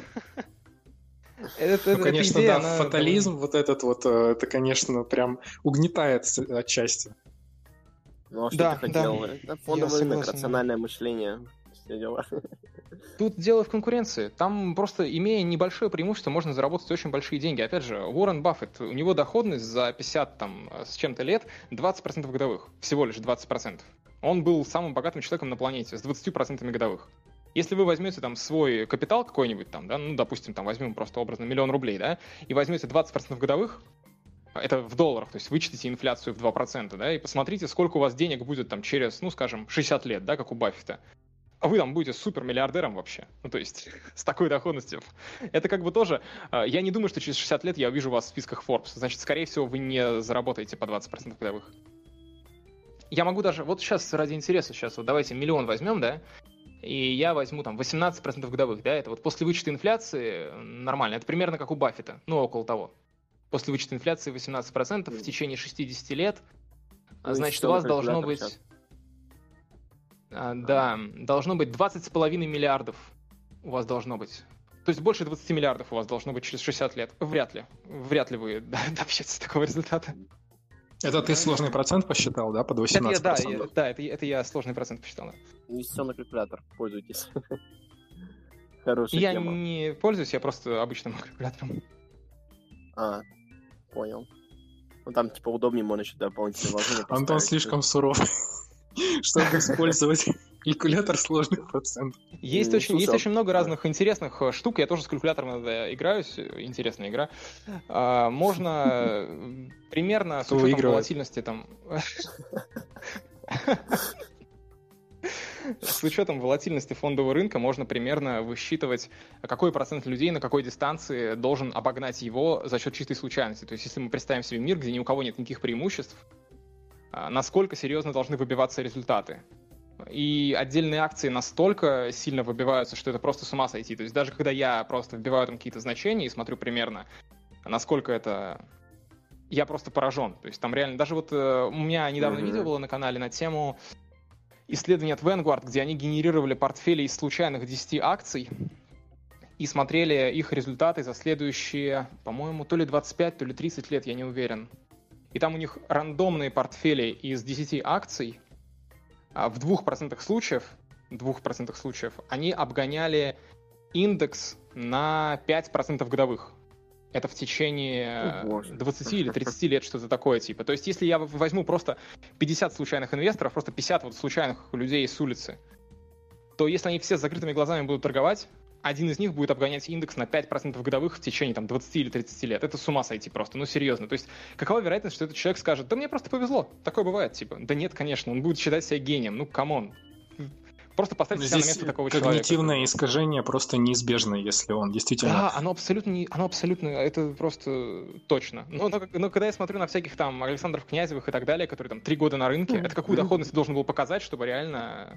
Это, ну, конечно, идея, да, она... фатализм вот этот вот, это, конечно, прям угнетает отчасти. Ну, а что да, ты хотел? Да. Это фондовый рынок, рациональное мышление. Все дела. Тут дело в конкуренции. Там просто, имея небольшое преимущество, можно заработать очень большие деньги. Опять же, Уоррен Баффет, у него доходность за пятьдесят там, с чем-то лет двадцать процентов годовых. Всего лишь двадцать процентов. Он был самым богатым человеком на планете с двадцатью процентами годовых. Если вы возьмете там свой капитал какой-нибудь там, да, ну, допустим, там возьмем просто образно миллион рублей, да, и возьмете двадцать процентов годовых, это в долларах, то есть вычтите инфляцию в два процента, да, и посмотрите, сколько у вас денег будет там через, ну, скажем, шестьдесят лет, да, как у Баффета. А вы там будете супермиллиардером вообще. Ну, то есть, с такой доходностью. Это как бы тоже... Я не думаю, что через шестьдесят лет я увижу вас в списках Forbes. Значит, скорее всего, вы не заработаете по двадцать процентов годовых. Я могу даже... Вот сейчас ради интереса, сейчас вот давайте миллион возьмем, да, и я возьму там восемнадцать процентов годовых, да, это вот после вычета инфляции нормально. Это примерно как у Баффета, ну, около того. После вычета инфляции восемнадцать процентов в течение шестидесяти лет, ну, значит, у вас должно быть... Сейчас. Да, должно быть двадцать с половиной миллиардов у вас должно быть. То есть больше двадцати миллиардов у вас должно быть через шестьдесят лет. Вряд ли. Вряд ли вы добьетесь такого результата. Это ты сложный процент посчитал, да, под восемнадцать процентов? Это я, да, да это, это я сложный процент посчитал, да. Инвестиционный калькулятор, пользуйтесь. Хорошая я тема. Я не пользуюсь, я просто обычным калькулятором. А, понял. Ну там типа удобнее, можно еще дополнительные вложения поставить. Антон слишком суров, чтобы использовать калькулятор сложных процентов. Есть, очень, есть очень много разных интересных штук. Я тоже с калькулятором иногда играюсь. Интересная игра. А, можно примерно с учетом волатильности там... С учетом волатильности фондового рынка можно примерно высчитывать, какой процент людей на какой дистанции должен обогнать его за счет чистой случайности. То есть если мы представим себе мир, где ни у кого нет никаких преимуществ, насколько серьезно должны выбиваться результаты. И отдельные акции настолько сильно выбиваются, что это просто с ума сойти. То есть даже когда я просто вбиваю там какие-то значения и смотрю примерно, насколько это... Я просто поражен. То есть там реально... Даже вот у меня недавно mm-hmm. видео было на канале на тему исследования от Vanguard, где они генерировали портфели из случайных десяти акций и смотрели их результаты за следующие, по-моему, то ли двадцать пять, то ли тридцать лет, я не уверен. И там у них рандомные портфели из десяти акций. В двух процентах случаев, двух процентах случаев они обгоняли индекс на пять процентов годовых. Это в течение двадцати или тридцати лет, что-то такое типа. То есть если я возьму просто пятьдесят случайных инвесторов, просто пятьдесят вот случайных людей с улицы, то если они все с закрытыми глазами будут торговать, один из них будет обгонять индекс на пять процентов годовых в течение там, двадцати или тридцати лет. Это с ума сойти просто, ну серьезно. То есть какова вероятность, что этот человек скажет: да мне просто повезло, такое бывает, типа. Да нет, конечно, он будет считать себя гением, ну камон. Просто поставьте себя на место такого человека. Когнитивное искажение просто неизбежно, если он действительно... Да, оно абсолютно, не, оно абсолютно, это просто точно. Но, но, но когда я смотрю на всяких там Александров Князевых и так далее, которые там три года на рынке, mm-hmm. это какую доходность ты должен был показать, чтобы реально...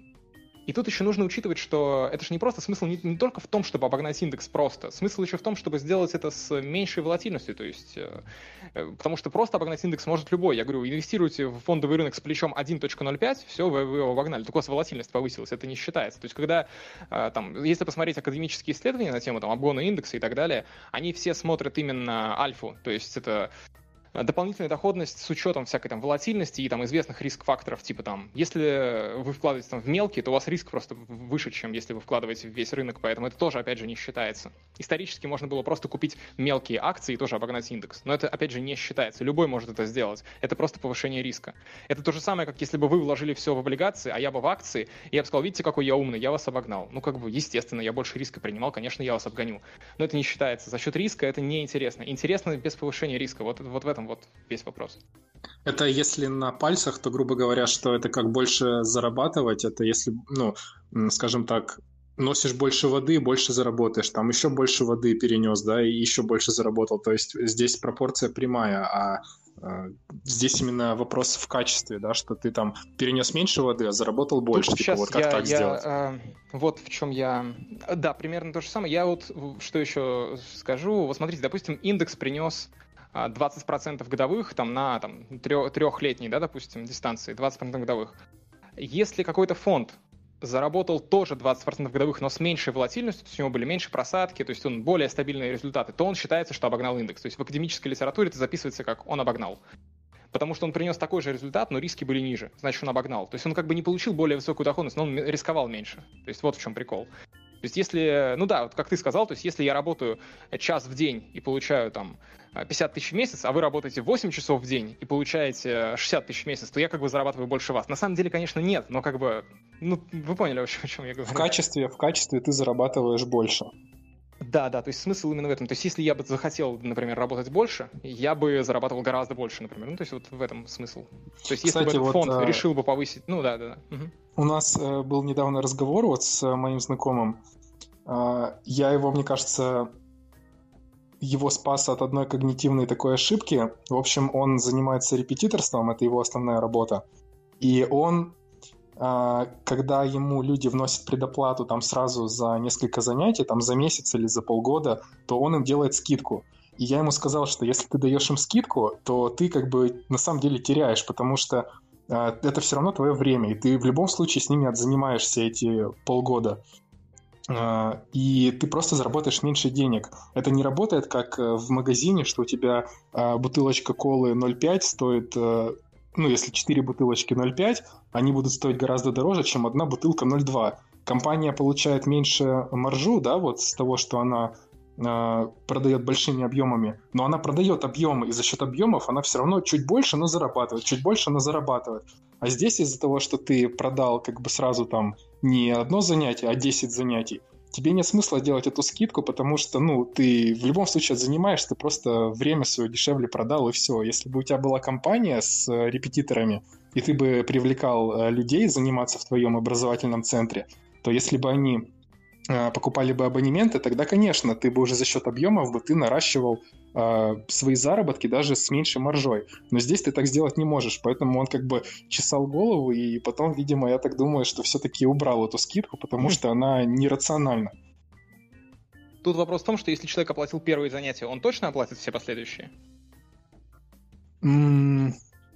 И тут еще нужно учитывать, что это же не просто смысл не, не только в том, чтобы обогнать индекс просто. Смысл еще в том, чтобы сделать это с меньшей волатильностью. То есть, э, потому что просто обогнать индекс может любой. Я говорю, инвестируйте в фондовый рынок с плечом один целых ноль пять, все, вы, вы его обогнали. Только у вас волатильность повысилась, это не считается. То есть, когда, э, там, если посмотреть академические исследования на тему там, обгона индекса и так далее, они все смотрят именно альфу. То есть, это... дополнительная доходность с учетом всякой там волатильности и там известных риск-факторов, типа там, если вы вкладываете там в мелкие, то у вас риск просто выше, чем если вы вкладываете в весь рынок, поэтому это тоже, опять же, не считается. Исторически можно было просто купить мелкие акции и тоже обогнать индекс, но это, опять же, не считается. Любой может это сделать. Это просто повышение риска. Это то же самое, как если бы вы вложили все в облигации, а я бы в акции, и я бы сказал: видите, какой я умный, я вас обогнал. Ну, как бы, естественно, я больше риска принимал, конечно, я вас обгоню. Но это не считается. За счет риска это неинтересно. Интересно без повышения риска. Вот, вот в этом вот весь вопрос. Это если на пальцах, то, грубо говоря, что это как больше зарабатывать, это если, ну, скажем так, носишь больше воды, больше заработаешь, там еще больше воды перенес, да, и еще больше заработал, то есть здесь пропорция прямая, а э, здесь именно вопрос в качестве, да, что ты там перенес меньше воды, а заработал больше, Тут типа вот как я, так я, сделать? Э, вот в чем я... Да, примерно то же самое. Я вот что еще скажу, вот смотрите, допустим, индекс принес двадцать процентов годовых там, на там, трехлетней, да, допустим, дистанции, двадцать процентов годовых. Если какой-то фонд заработал тоже двадцать процентов годовых, но с меньшей волатильностью, то есть у него были меньше просадки, то есть он более стабильные результаты, то он считается, что обогнал индекс. То есть в академической литературе это записывается как он обогнал. Потому что он принес такой же результат, но риски были ниже, значит, он обогнал. То есть он как бы не получил более высокую доходность, но он рисковал меньше. То есть вот в чем прикол. То есть если, ну да, вот как ты сказал, то есть если я работаю час в день и получаю там пятьдесят тысяч в месяц, а вы работаете восемь часов в день и получаете шестьдесят тысяч в месяц, то я как бы зарабатываю больше вас. На самом деле, конечно, нет, но как бы, ну, вы поняли, о чем я говорю. В качестве, в качестве ты зарабатываешь больше. Да, да, то есть смысл именно в этом. То есть если я бы захотел, например, работать больше, я бы зарабатывал гораздо больше, например. Ну, то есть вот в этом смысл. То есть Кстати, если бы этот вот, фонд а... решил бы повысить... Ну, да, да, да. Угу. У нас э, был недавно разговор вот с моим знакомым. Э, я его, мне кажется, его спас от одной когнитивной такой ошибки. В общем, он занимается репетиторством, это его основная работа. И он... когда ему люди вносят предоплату там сразу за несколько занятий, там за месяц или за полгода, то он им делает скидку. И я ему сказал, что если ты даешь им скидку, то ты как бы на самом деле теряешь, потому что э, это все равно твое время, и ты в любом случае с ними отзанимаешься эти полгода. и ты просто заработаешь меньше денег. Это не работает как в магазине, что у тебя бутылочка колы ноль пять стоит, ну, если четыре бутылочки ноль пять, они будут стоить гораздо дороже, чем одна бутылка ноль два. Компания получает меньше маржу, да, вот с того, что она э, продает большими объемами, но она продает объемы, и за счет объемов она все равно чуть больше, но зарабатывает, чуть больше, но зарабатывает. А здесь из-за того, что ты продал как бы сразу там не одно занятие, а десять занятий, тебе нет смысла делать эту скидку, потому что, ну, ты в любом случае занимаешься, ты просто время свое дешевле продал, и все. Если бы у тебя была компания с репетиторами, и ты бы привлекал людей заниматься в твоем образовательном центре, то если бы они э, покупали бы абонементы, тогда, конечно, ты бы уже за счет объемов бы ты наращивал э, свои заработки даже с меньшей маржой. Но здесь ты так сделать не можешь, поэтому он как бы чесал голову, и потом, видимо, я так думаю, что все-таки убрал эту скидку, потому что она нерациональна. Тут вопрос в том, что если человек оплатил первые занятия, он точно оплатит все последующие? Mm.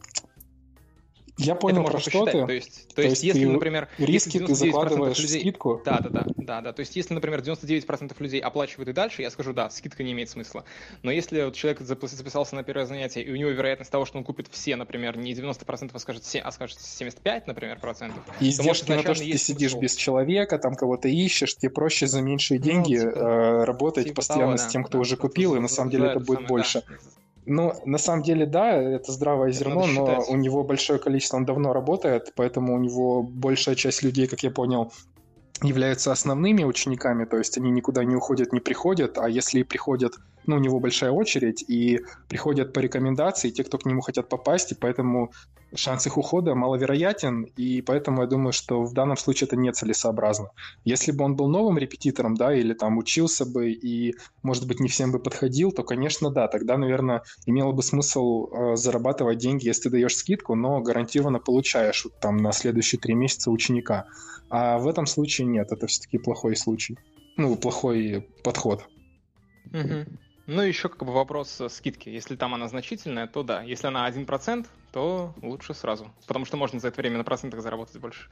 Я понял, про что ты. То есть, то, то есть, если, например, риски если ты закладываешь людей... в скидку. Да, да, да, да, да. То есть, если, например, девяносто девять процентов людей оплачивают и дальше, я скажу, да, скидка не имеет смысла. Но если вот человек записался на первое занятие, и у него вероятность того, что он купит все, например, не девяносто процентов, а скажет, а скажет семьдесят пять, например, процентов. И издержки на то, что ты сидишь смысл. без человека, там кого-то ищешь, тебе проще за меньшие деньги ну, типа, работать типа постоянно того, с тем, кто да, уже да, купил, и на самом деле это будет самое, больше. Да. Ну, на самом деле, да, это здравое это зерно, но у него большое количество, он давно работает, поэтому у него большая часть людей, как я понял, являются основными учениками, то есть они никуда не уходят, не приходят, а если и приходят, ну, у него большая очередь, и приходят по рекомендации те, кто к нему хотят попасть, и поэтому шанс их ухода маловероятен, и поэтому я думаю, что в данном случае это нецелесообразно. Если бы он был новым репетитором, да, или там учился бы и, может быть, не всем бы подходил, то, конечно, да, тогда, наверное, имело бы смысл э, зарабатывать деньги, если ты даешь скидку, но гарантированно получаешь вот, там на следующие три месяца ученика. А в этом случае нет, это все-таки плохой случай. Ну, плохой подход. Угу. Ну, еще как бы вопрос скидки. Если там она значительная, то да. Если она один процент, то лучше сразу. Потому что можно за это время на процентах заработать больше.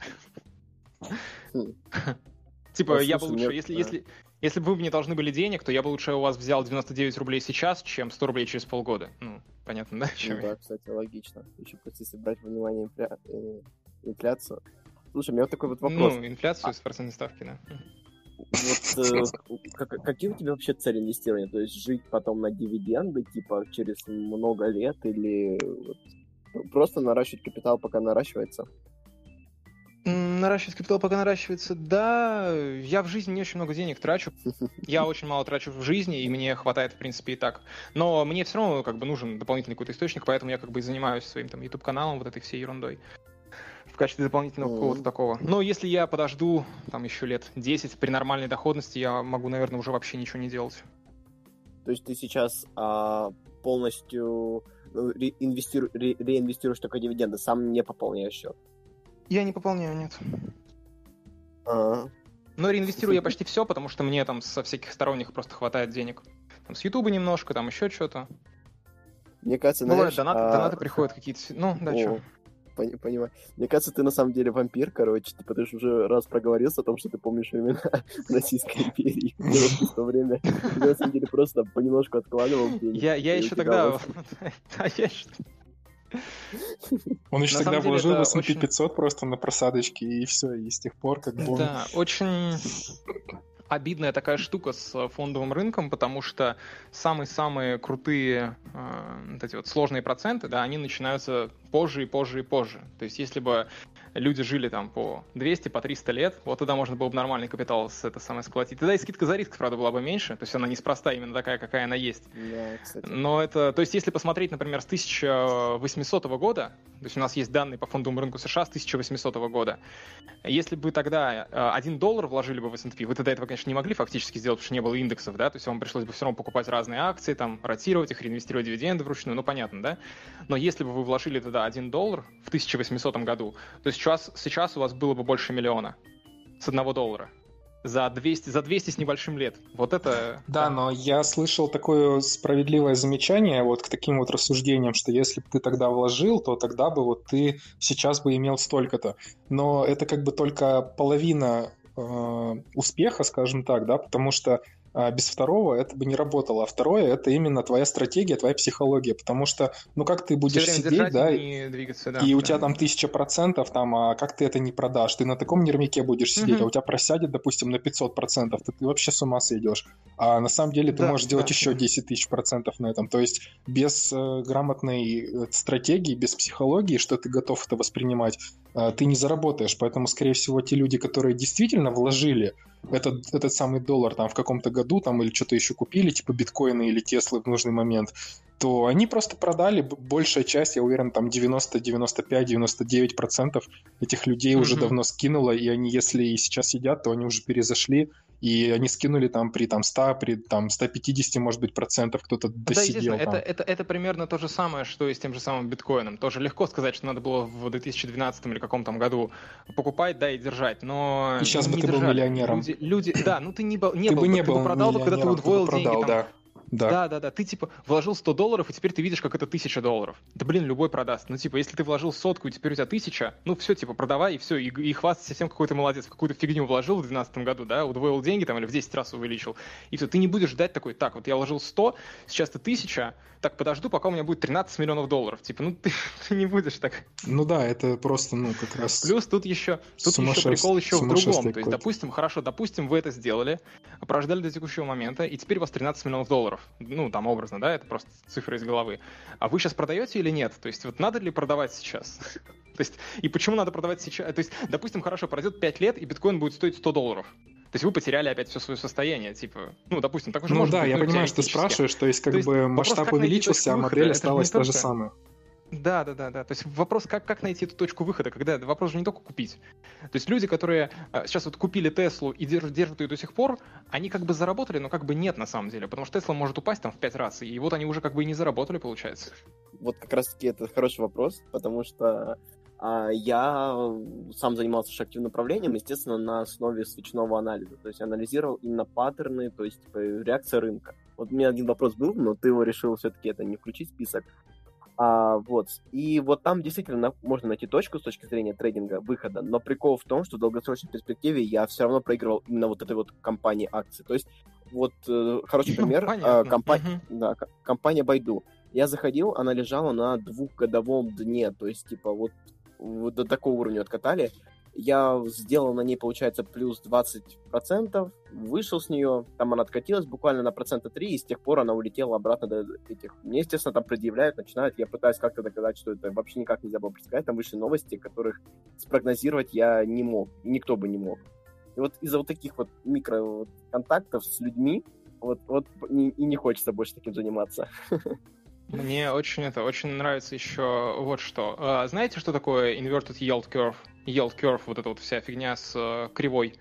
Типа, я бы лучше, если если если бы вы мне должны были денег, то я бы лучше у вас взял девяносто девять рублей сейчас, чем сто рублей через полгода. Ну, понятно, да? Ну да, кстати, логично. Еще просто если брать во внимание инфляцию. Слушай, у меня вот такой вот вопрос. Ну, инфляцию с процентной ставки, да. Вот э, как, какие у тебя вообще цели инвестирования? То есть жить потом на дивиденды, типа через много лет, или вот, просто наращивать капитал, пока наращивается? Наращивать капитал, пока наращивается, да. Я в жизни не очень много денег трачу. Я очень мало трачу в жизни, и мне хватает, в принципе, и так. Но мне все равно как бы нужен дополнительный какой-то источник, поэтому я как бы и занимаюсь своим там YouTube-каналом, вот этой всей ерундой. В качестве дополнительного mm. какого-то такого. Но если я подожду там еще лет десять, при нормальной доходности я могу, наверное, уже вообще ничего не делать. То есть ты сейчас а, полностью ре- инвестиру- ре- реинвестируешь только дивиденды, сам не пополняешь счет? Я не пополняю, нет. А-а-а. Но реинвестирую я почти все, потому что мне там со всяких сторонних просто хватает денег. Там с Ютуба немножко, там еще что-то. Мне кажется, бывает, знаешь... донаты, а... донаты приходят какие-то... Ну, да, что? Понимаю. Мне кажется, ты на самом деле вампир, короче, типа ты же уже раз проговорился о том, что ты помнишь времена Российской империи в то время. Ты на самом деле просто понемножку откладывал деньги. Я, я еще тогда... Да, я еще... Он еще тогда вложил в эс энд пи пятьсот просто на просадочки, и все, и с тех пор как бы... Да, очень... обидная такая штука с фондовым рынком, потому что самые-самые крутые э, вот эти вот сложные проценты, да, они начинаются позже и позже и позже. То есть если бы люди жили там по двести, по триста лет, вот тогда можно было бы нормальный капитал с это самое сколотить. Тогда и скидка за риск, правда, была бы меньше, то есть она неспроста именно такая, какая она есть. Да, кстати. Но это, то есть если посмотреть, например, с тысяча восьмисотого года, то есть у нас есть данные по фондовому рынку США с тысяча восьмисотого года, если бы тогда один доллар вложили бы в эс энд пи, вы тогда этого, конечно, не могли фактически сделать, потому что не было индексов, да, то есть вам пришлось бы все равно покупать разные акции, там, ротировать их, реинвестировать дивиденды вручную, ну, понятно, да? Но если бы вы вложили тогда один доллар в тысяча восьмисотом году, то сейчас, сейчас у вас было бы больше миллиона с одного доллара. За двести, за двести с небольшим лет. Вот это... Да, но я слышал такое справедливое замечание вот к таким вот рассуждениям, что если бы ты тогда вложил, то тогда бы вот ты сейчас бы имел столько-то. Но это как бы только половина э, успеха, скажем так, да, потому что э, без второго это бы не работало, а второе — это именно твоя стратегия, твоя психология, потому что, ну, как ты будешь сидеть, да, и, двигаться, да, и у да. тебя там тысяча процентов, там, а как ты это не продашь? Ты на таком нервике будешь сидеть, mm-hmm. а у тебя просядет, допустим, на пятьсот процентов, ты, ты вообще с ума сойдешь. А на самом деле ты да, можешь сделать да, еще да. десять тысяч процентов на этом. То есть без э, грамотной стратегии, без психологии, что ты готов это воспринимать, э, ты не заработаешь. Поэтому, скорее всего, те люди, которые действительно вложили этот, этот самый доллар там в каком-то году там, или что-то еще купили, типа биткоины или Теслы в нужный момент, то они просто продали. Большая часть, я уверен, там девяносто, девяносто пять, девяносто девять процентов этих людей mm-hmm. уже давно скинуло, и они, если и сейчас сидят, то они уже перезашли, и они скинули там при там, ста, при там, ста пятидесяти, может быть, процентов кто-то досидел. Да, там. Это, это, это примерно то же самое, что и с тем же самым биткоином. Тоже легко сказать, что надо было в две тысячи двенадцатом или каком-то году покупать, да, и держать, но и сейчас не бы ты держали. был миллионером. Люди, люди, да, ну ты не был, не ты был, бы не ты был бы продал бы, когда ты удвоил ты бы продал, деньги. Там, да. Да. да, да, да. Ты типа вложил сто долларов, и теперь ты видишь, как это тысяча долларов. Да блин, любой продаст. Ну, типа, если ты вложил сотку, и теперь у тебя тысяча, ну все, типа, продавай, и все, и, и хвастайся всем, какой ты молодец. В какую-то фигню вложил в две тысячи двенадцатом году, да, удвоил деньги там или в десять раз увеличил. И все, ты не будешь ждать такой, так, вот я вложил сто, сейчас ты тысяча, так, подожду, пока у меня будет тринадцать миллионов долларов. Типа, ну ты, ты не будешь так. Ну да, это просто, ну, как раз... Плюс тут еще, тут еще прикол еще в другом. То есть, допустим, хорошо, допустим, вы это сделали, прождали до текущего момента, и теперь у вас тринадцать миллионов долларов. Ну, там образно, да, это просто цифры из головы. А вы сейчас продаете или нет? То есть, вот надо ли продавать сейчас? То есть, и почему надо продавать сейчас? То есть, допустим, хорошо, пройдет пять лет, и биткоин будет стоить сто долларов. То есть вы потеряли опять все свое состояние, типа, ну, допустим, так уже ну, может да, быть. Ну да, я понимаю, что ты спрашиваешь, то есть как то есть, бы масштаб вопрос, увеличился, а модель осталась та же самая. Да, да, да, да. То есть вопрос, как, как найти эту точку выхода, когда вопрос же не только купить. То есть люди, которые а, сейчас вот купили Теслу и держат, держат ее до сих пор, они как бы заработали, но как бы нет на самом деле, потому что Тесла может упасть там в пять раз, и вот они уже как бы и не заработали, получается. Вот как раз-таки это хороший вопрос, потому что а, я сам занимался же активным управлением, естественно, на основе свечного анализа. То есть анализировал именно паттерны, то есть типа, реакция рынка. Вот у меня один вопрос был, но ты его решил все-таки это не включить в список. А, вот. И вот там действительно можно найти точку с точки зрения трейдинга, выхода, но прикол в том, что в долгосрочной перспективе я все равно проигрывал именно вот этой вот компании акций. То есть вот э, хороший пример, ну, э, компа- uh-huh. да, компания Baidu. Я заходил, она лежала на двухгодовом дне, то есть типа вот, вот до такого уровня откатали. Я сделал на ней, получается, плюс двадцать процентов, вышел с нее, там она откатилась буквально на процента три, и с тех пор она улетела обратно до этих. Мне, естественно, там предъявляют, начинают, я пытаюсь как-то доказать, что это вообще никак нельзя было предсказать, там вышли новости, которых спрогнозировать я не мог, и никто бы не мог. И вот из-за вот таких вот микроконтактов с людьми, вот, вот и, и не хочется больше таким заниматься. Мне очень это очень нравится еще вот что. А, знаете, что такое inverted yield curve? Yield curve, вот эта вот вся фигня с uh, кривой.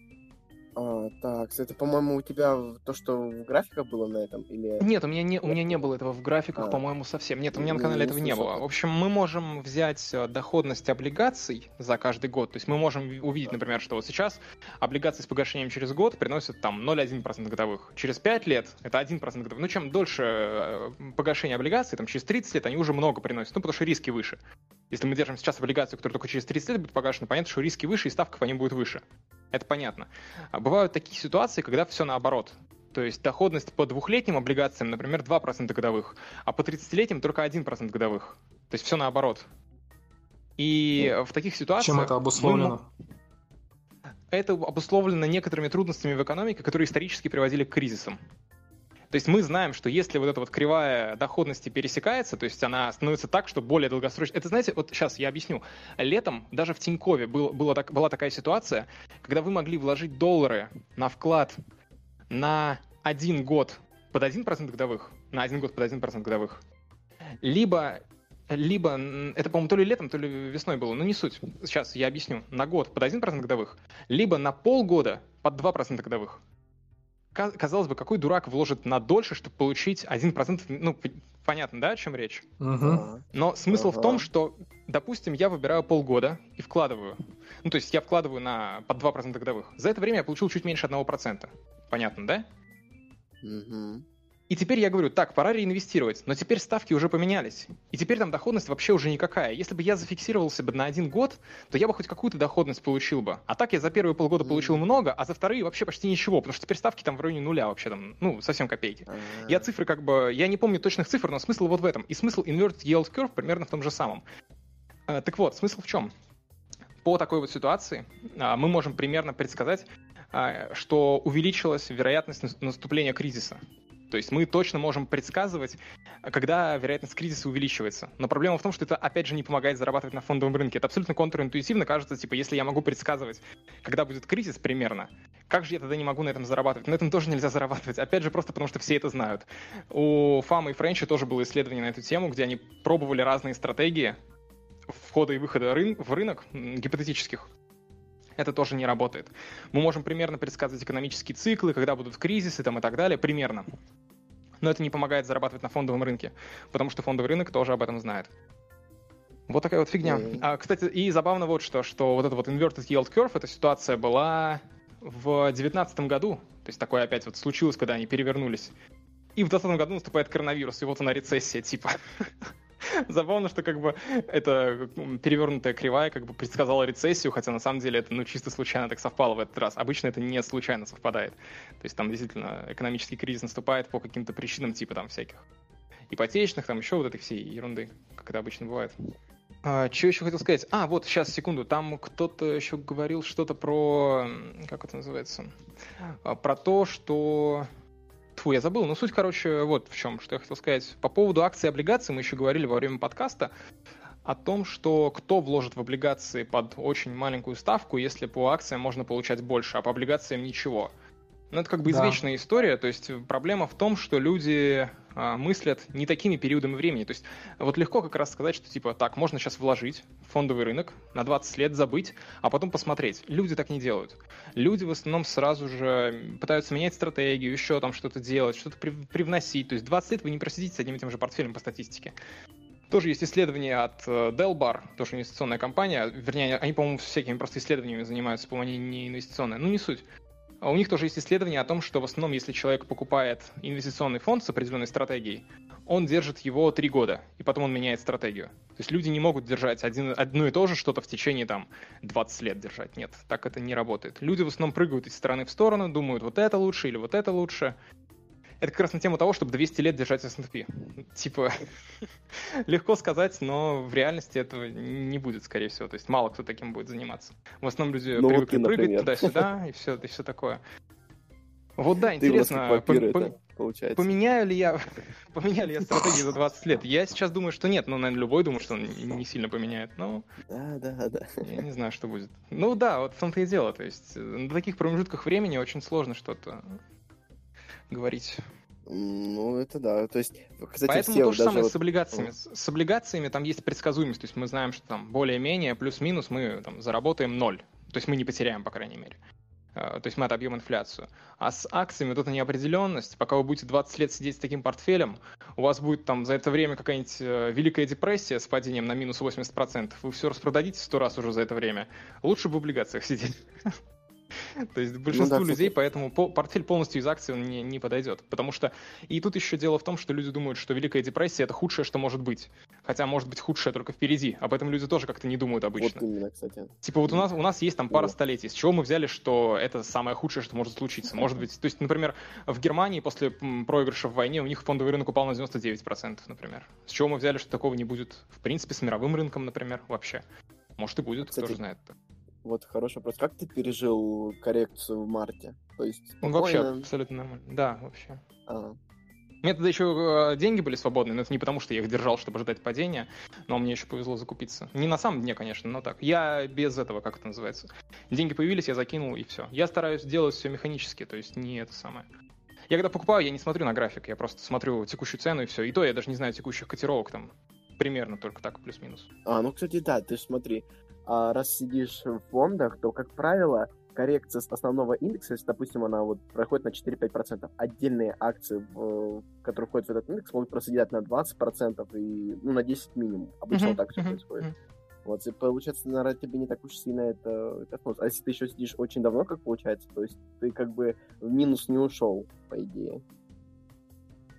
А, так, это, по-моему, у тебя то, что в графиках было на этом? Или... Нет, у меня не, у меня не было этого в графиках, а, по-моему, совсем. Нет, у меня на канале не этого не было. В общем, мы можем взять доходность облигаций за каждый год. То есть мы можем увидеть, например, что вот сейчас облигации с погашением через год приносят там ноль целых одна десятая процента годовых. Через пять лет это один процент годовых. Ну, чем дольше погашение облигаций, там через тридцать лет они уже много приносят. Ну, потому что риски выше. Если мы держим сейчас облигацию, которая только через тридцать лет будет погашена, понятно, что риски выше и ставка по ним будет выше. Это понятно. Бывают такие ситуации, когда все наоборот. То есть доходность по двухлетним облигациям, например, два процента годовых, а по тридцатилетним только один процент годовых. То есть все наоборот. И ну, в таких ситуациях... Чем это обусловлено? Мы... Это обусловлено некоторыми трудностями в экономике, которые исторически приводили к кризисам. То есть мы знаем, что если вот эта вот кривая доходности пересекается, то есть она становится так, что более долгосрочно... Это, знаете, вот сейчас я объясню. Летом даже в Тинькове был, было так, была такая ситуация, когда вы могли вложить доллары на вклад на один год под один процент годовых, на один год под один процент годовых, либо... Либо, это, по-моему, то ли летом, то ли весной было, но не суть. Сейчас я объясню. На год под один процент годовых, либо на полгода под два процента годовых. Казалось бы, какой дурак вложит на дольше, чтобы получить один процент, ну, понятно, да, о чем речь? Uh-huh. Но смысл uh-huh. в том, что, допустим, я выбираю полгода и вкладываю. Ну, то есть я вкладываю на под два процента годовых. За это время я получил чуть меньше одного процента. Понятно, да? Uh-huh. И теперь я говорю, так, пора реинвестировать, но теперь ставки уже поменялись. И теперь там доходность вообще уже никакая. Если бы я зафиксировался бы на один год, то я бы хоть какую-то доходность получил бы. А так я за первые полгода получил много, а за вторые вообще почти ничего, потому что теперь ставки там в районе нуля вообще там, ну, совсем копейки. Я цифры как бы, я не помню точных цифр, но смысл вот в этом. И смысл Inverted Yield Curve примерно в том же самом. Так вот, смысл в чем? По такой вот ситуации мы можем примерно предсказать, что увеличилась вероятность наступления кризиса. То есть мы точно можем предсказывать, когда вероятность кризиса увеличивается. Но проблема в том, что это, опять же, не помогает зарабатывать на фондовом рынке. Это абсолютно контринтуитивно кажется, типа, если я могу предсказывать, когда будет кризис примерно, как же я тогда не могу на этом зарабатывать? На этом тоже нельзя зарабатывать. Опять же, просто потому что все это знают. У Фама и Френча тоже было исследование на эту тему, где они пробовали разные стратегии входа и выхода рын- в рынок гипотетических. Это тоже не работает. Мы можем примерно предсказывать экономические циклы, когда будут кризисы там, и так далее, примерно. Но это не помогает зарабатывать на фондовом рынке, потому что фондовый рынок тоже об этом знает. Вот такая вот фигня. Mm-hmm. А, кстати, и забавно вот что, что вот эта вот Inverted Yield Curve, эта ситуация была в девятнадцатом году. То есть такое опять вот случилось, когда они перевернулись. И в двадцатом году наступает коронавирус, и вот она рецессия, типа. Забавно, что как бы эта перевернутая кривая как бы предсказала рецессию, хотя на самом деле это ну, чисто случайно так совпало в этот раз. Обычно это не случайно совпадает. То есть там действительно экономический кризис наступает по каким-то причинам типа там всяких ипотечных, там еще вот этой всей ерунды, как это обычно бывает. А, что еще хотел сказать? А, вот, сейчас, секунду. Там кто-то еще говорил что-то про... Как это называется? А, про то, что... Фу, я забыл. Ну, суть, короче, вот в чем, что я хотел сказать. По поводу акций и облигаций мы еще говорили во время подкаста о том, что кто вложит в облигации под очень маленькую ставку, если по акциям можно получать больше, а по облигациям ничего. Ну, это как бы извечная да. история. То есть проблема в том, что люди а, мыслят не такими периодами времени. То есть вот легко как раз сказать, что типа так, можно сейчас вложить в фондовый рынок, на двадцать лет забыть, а потом посмотреть. Люди так не делают. Люди в основном сразу же пытаются менять стратегию, еще там что-то делать, что-то прив- привносить. То есть двадцать лет вы не просидите с одним и тем же портфелем по статистике. Тоже есть исследования от Delbar, тоже инвестиционная компания. Вернее, они, по-моему, всякими просто исследованиями занимаются, по-моему, они не инвестиционные. Ну, не суть. У них тоже есть исследование о том, что в основном, если человек покупает инвестиционный фонд с определенной стратегией, он держит его три года, и потом он меняет стратегию. То есть люди не могут держать один, одно и то же что-то в течение там двадцать лет держать. Нет, так это не работает. Люди в основном прыгают из стороны в сторону, думают, вот это лучше или вот это лучше. Это как раз на тему того, чтобы двести лет держать эс энд пи. Типа, легко сказать, но в реальности этого не будет, скорее всего. То есть мало кто таким будет заниматься. В основном люди ну, привыкли вот ты, прыгать туда-сюда и все, и все такое. Вот да, ты интересно, по- по- получается. Поменяю ли я, поменяю ли я стратегию за двадцать лет? Я сейчас думаю, что нет. Ну, наверное, любой думает, что он не сильно поменяет. Но да, да, да. Я не знаю, что будет. Ну да, вот в том-то и дело. То есть на таких промежутках времени очень сложно что-то говорить. Ну, это да. То есть, кстати, поэтому все то же даже самое вот... с облигациями. С, с облигациями там есть предсказуемость. То есть мы знаем, что там более-менее плюс-минус мы там заработаем ноль. То есть мы не потеряем, по крайней мере. Uh, то есть мы отобьем инфляцию. А с акциями вот эта неопределенность. Пока вы будете двадцать лет сидеть с таким портфелем, у вас будет там за это время какая-нибудь uh, Великая депрессия с падением на минус восемьдесят процентов. Вы все распродадите сто раз уже за это время. Лучше бы в облигациях сидеть. То есть большинству ну, да, людей, поэтому портфель полностью из акций он не, не подойдет. Потому что... И тут еще дело в том, что люди думают, что Великая депрессия — это худшее, что может быть. Хотя может быть худшее только впереди. Об этом люди тоже как-то не думают обычно. Вот именно, кстати. Типа вот у нас, у нас есть там пара столетий. С чего мы взяли, что это самое худшее, что может случиться? Может быть... То есть, например, в Германии после проигрыша в войне у них фондовый рынок упал на девяносто девять процентов, например. С чего мы взяли, что такого не будет, в принципе, с мировым рынком, например, вообще? Может и будет, кстати, кто же знает. Вот хороший вопрос. Как ты пережил коррекцию в марте? То есть ну, вообще абсолютно нормально. Да, вообще. А. У меня тогда еще деньги были свободные, но это не потому, что я их держал, чтобы ждать падения, но мне еще повезло закупиться. Не на самом дне, конечно, но так. Я без этого, как это называется. Деньги появились, я закинул, и все. Я стараюсь делать все механически, то есть не это самое. Я когда покупаю, я не смотрю на график, я просто смотрю текущую цену и все. И то я даже не знаю текущих котировок там. Примерно только так, плюс-минус. А, ну, кстати, да, ты же смотри. А раз сидишь в фондах, то, как правило, коррекция с основного индекса, если, допустим, она вот проходит на четыре-пять процентов, отдельные акции, в, которые входят в этот индекс, могут просидеть на двадцать процентов и ну, на десять процентов минимум. Обычно uh-huh, вот так все uh-huh, происходит. Uh-huh. Вот, и получается, наверное, тебе не так уж сильно это, это снос. А если ты еще сидишь очень давно, как получается, то есть ты как бы в минус не ушел, по идее.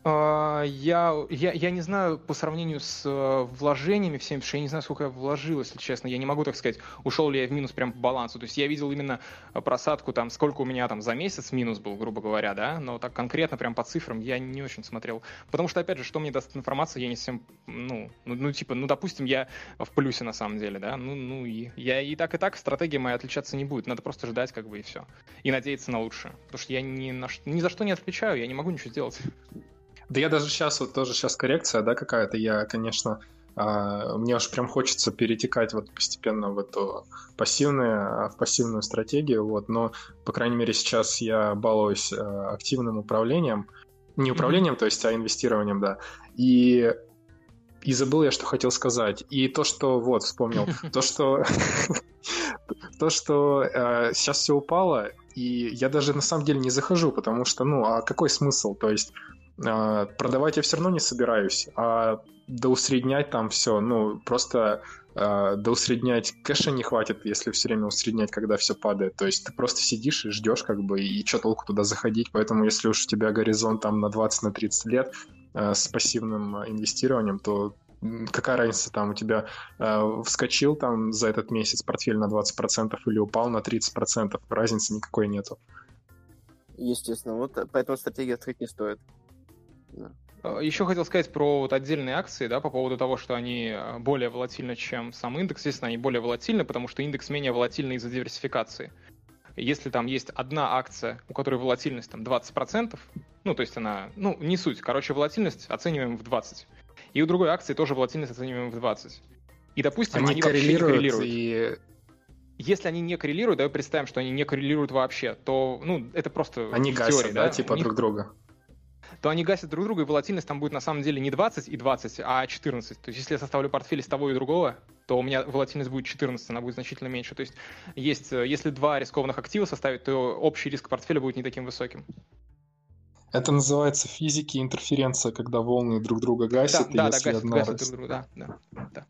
Я, я, я не знаю по сравнению с вложениями всеми, потому что я не знаю, сколько я вложил, если честно. Я не могу, так сказать, ушел ли я в минус прям по балансу. То есть я видел именно просадку, там, сколько у меня там за месяц минус был, грубо говоря, да, но так конкретно прям по цифрам я не очень смотрел. Потому что, опять же, что мне даст информация, я не совсем, ну, ну, ну типа, ну, допустим, я в плюсе на самом деле, да, ну, ну и я и так, и так, стратегия моя отличаться не будет. Надо просто ждать, как бы, и все. И надеяться на лучшее. Потому что я ни, на, ни за что не отвечаю, я не могу ничего сделать. Да я даже сейчас, вот тоже сейчас коррекция, да, какая-то, я, конечно, э, мне уж прям хочется перетекать вот постепенно в эту пассивную, в пассивную стратегию, вот, но, по крайней мере, сейчас я балуюсь э, активным управлением, не управлением, mm-hmm. то есть, а инвестированием, да, и, и забыл я, что хотел сказать, и то, что, вот, вспомнил, то, что, то, что сейчас все упало, и я даже на самом деле не захожу, потому что, ну, а какой смысл, то есть, продавать я все равно не собираюсь, а доусреднять там все, ну, просто э, доусреднять кэша не хватит, если все время усреднять, когда все падает. То есть ты просто сидишь и ждешь, как бы, и что толку туда заходить. Поэтому если уж у тебя горизонт там на двадцать-тридцать лет э, с пассивным инвестированием, то какая разница, там у тебя э, вскочил там за этот месяц портфель на двадцать процентов или упал на тридцать процентов, разницы никакой нету. Естественно, вот поэтому стратегия отходить не стоит. Да. Еще хотел сказать про вот отдельные акции, да, по поводу того, что они более волатильны, чем сам индекс. Естественно, они более волатильны, потому что индекс менее волатильный из-за диверсификации. Если там есть одна акция, у которой волатильность там двадцать процентов, ну, то есть она, ну, не суть, короче, волатильность оцениваем в двадцать. И у другой акции тоже волатильность оцениваем в двадцать. И, допустим, они, они вообще не коррелируют. И... Если они не коррелируют, давай представим, что они не коррелируют вообще, то, ну, это просто они в гасят, теории, да, да, типа них... друг друга. То они гасят друг друга, и волатильность там будет на самом деле не двадцать и двадцать, а четырнадцать. То есть если я составлю портфель из того и другого, то у меня волатильность будет четырнадцать, она будет значительно меньше. То есть, есть если два рискованных актива составить, то общий риск портфеля будет не таким высоким. Это называется физики интерференция, когда волны друг друга гасят. Да, и да, если да, гасят, одна... гасят друг друга, да, да, да.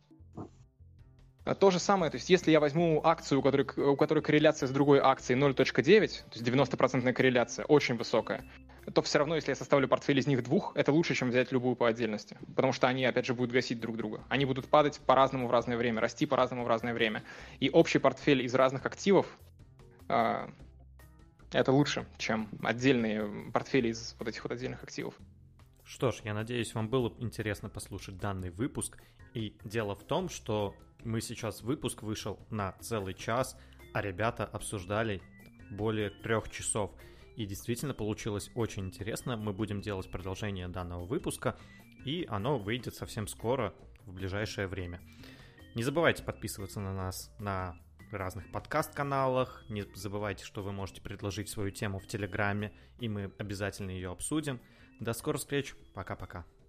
То же самое, то есть если я возьму акцию, у которой, у которой корреляция с другой акцией ноль целых девять десятых, то есть девяносто процентов корреляция, очень высокая, то все равно, если я составлю портфель из них двух, это лучше, чем взять любую по отдельности. Потому что они, опять же, будут гасить друг друга. Они будут падать по-разному в разное время, расти по-разному в разное время. И общий портфель из разных активов э, это лучше, чем отдельные портфели из вот этих вот отдельных активов. Что ж, я надеюсь, вам было интересно послушать данный выпуск. И дело в том, что мы сейчас, выпуск вышел на целый час, а ребята обсуждали более трех часов. И действительно получилось очень интересно. Мы будем делать продолжение данного выпуска, и оно выйдет совсем скоро, в ближайшее время. Не забывайте подписываться на нас на разных подкаст-каналах. Не забывайте, что вы можете предложить свою тему в Телеграме, и мы обязательно ее обсудим. До скорых встреч. Пока-пока.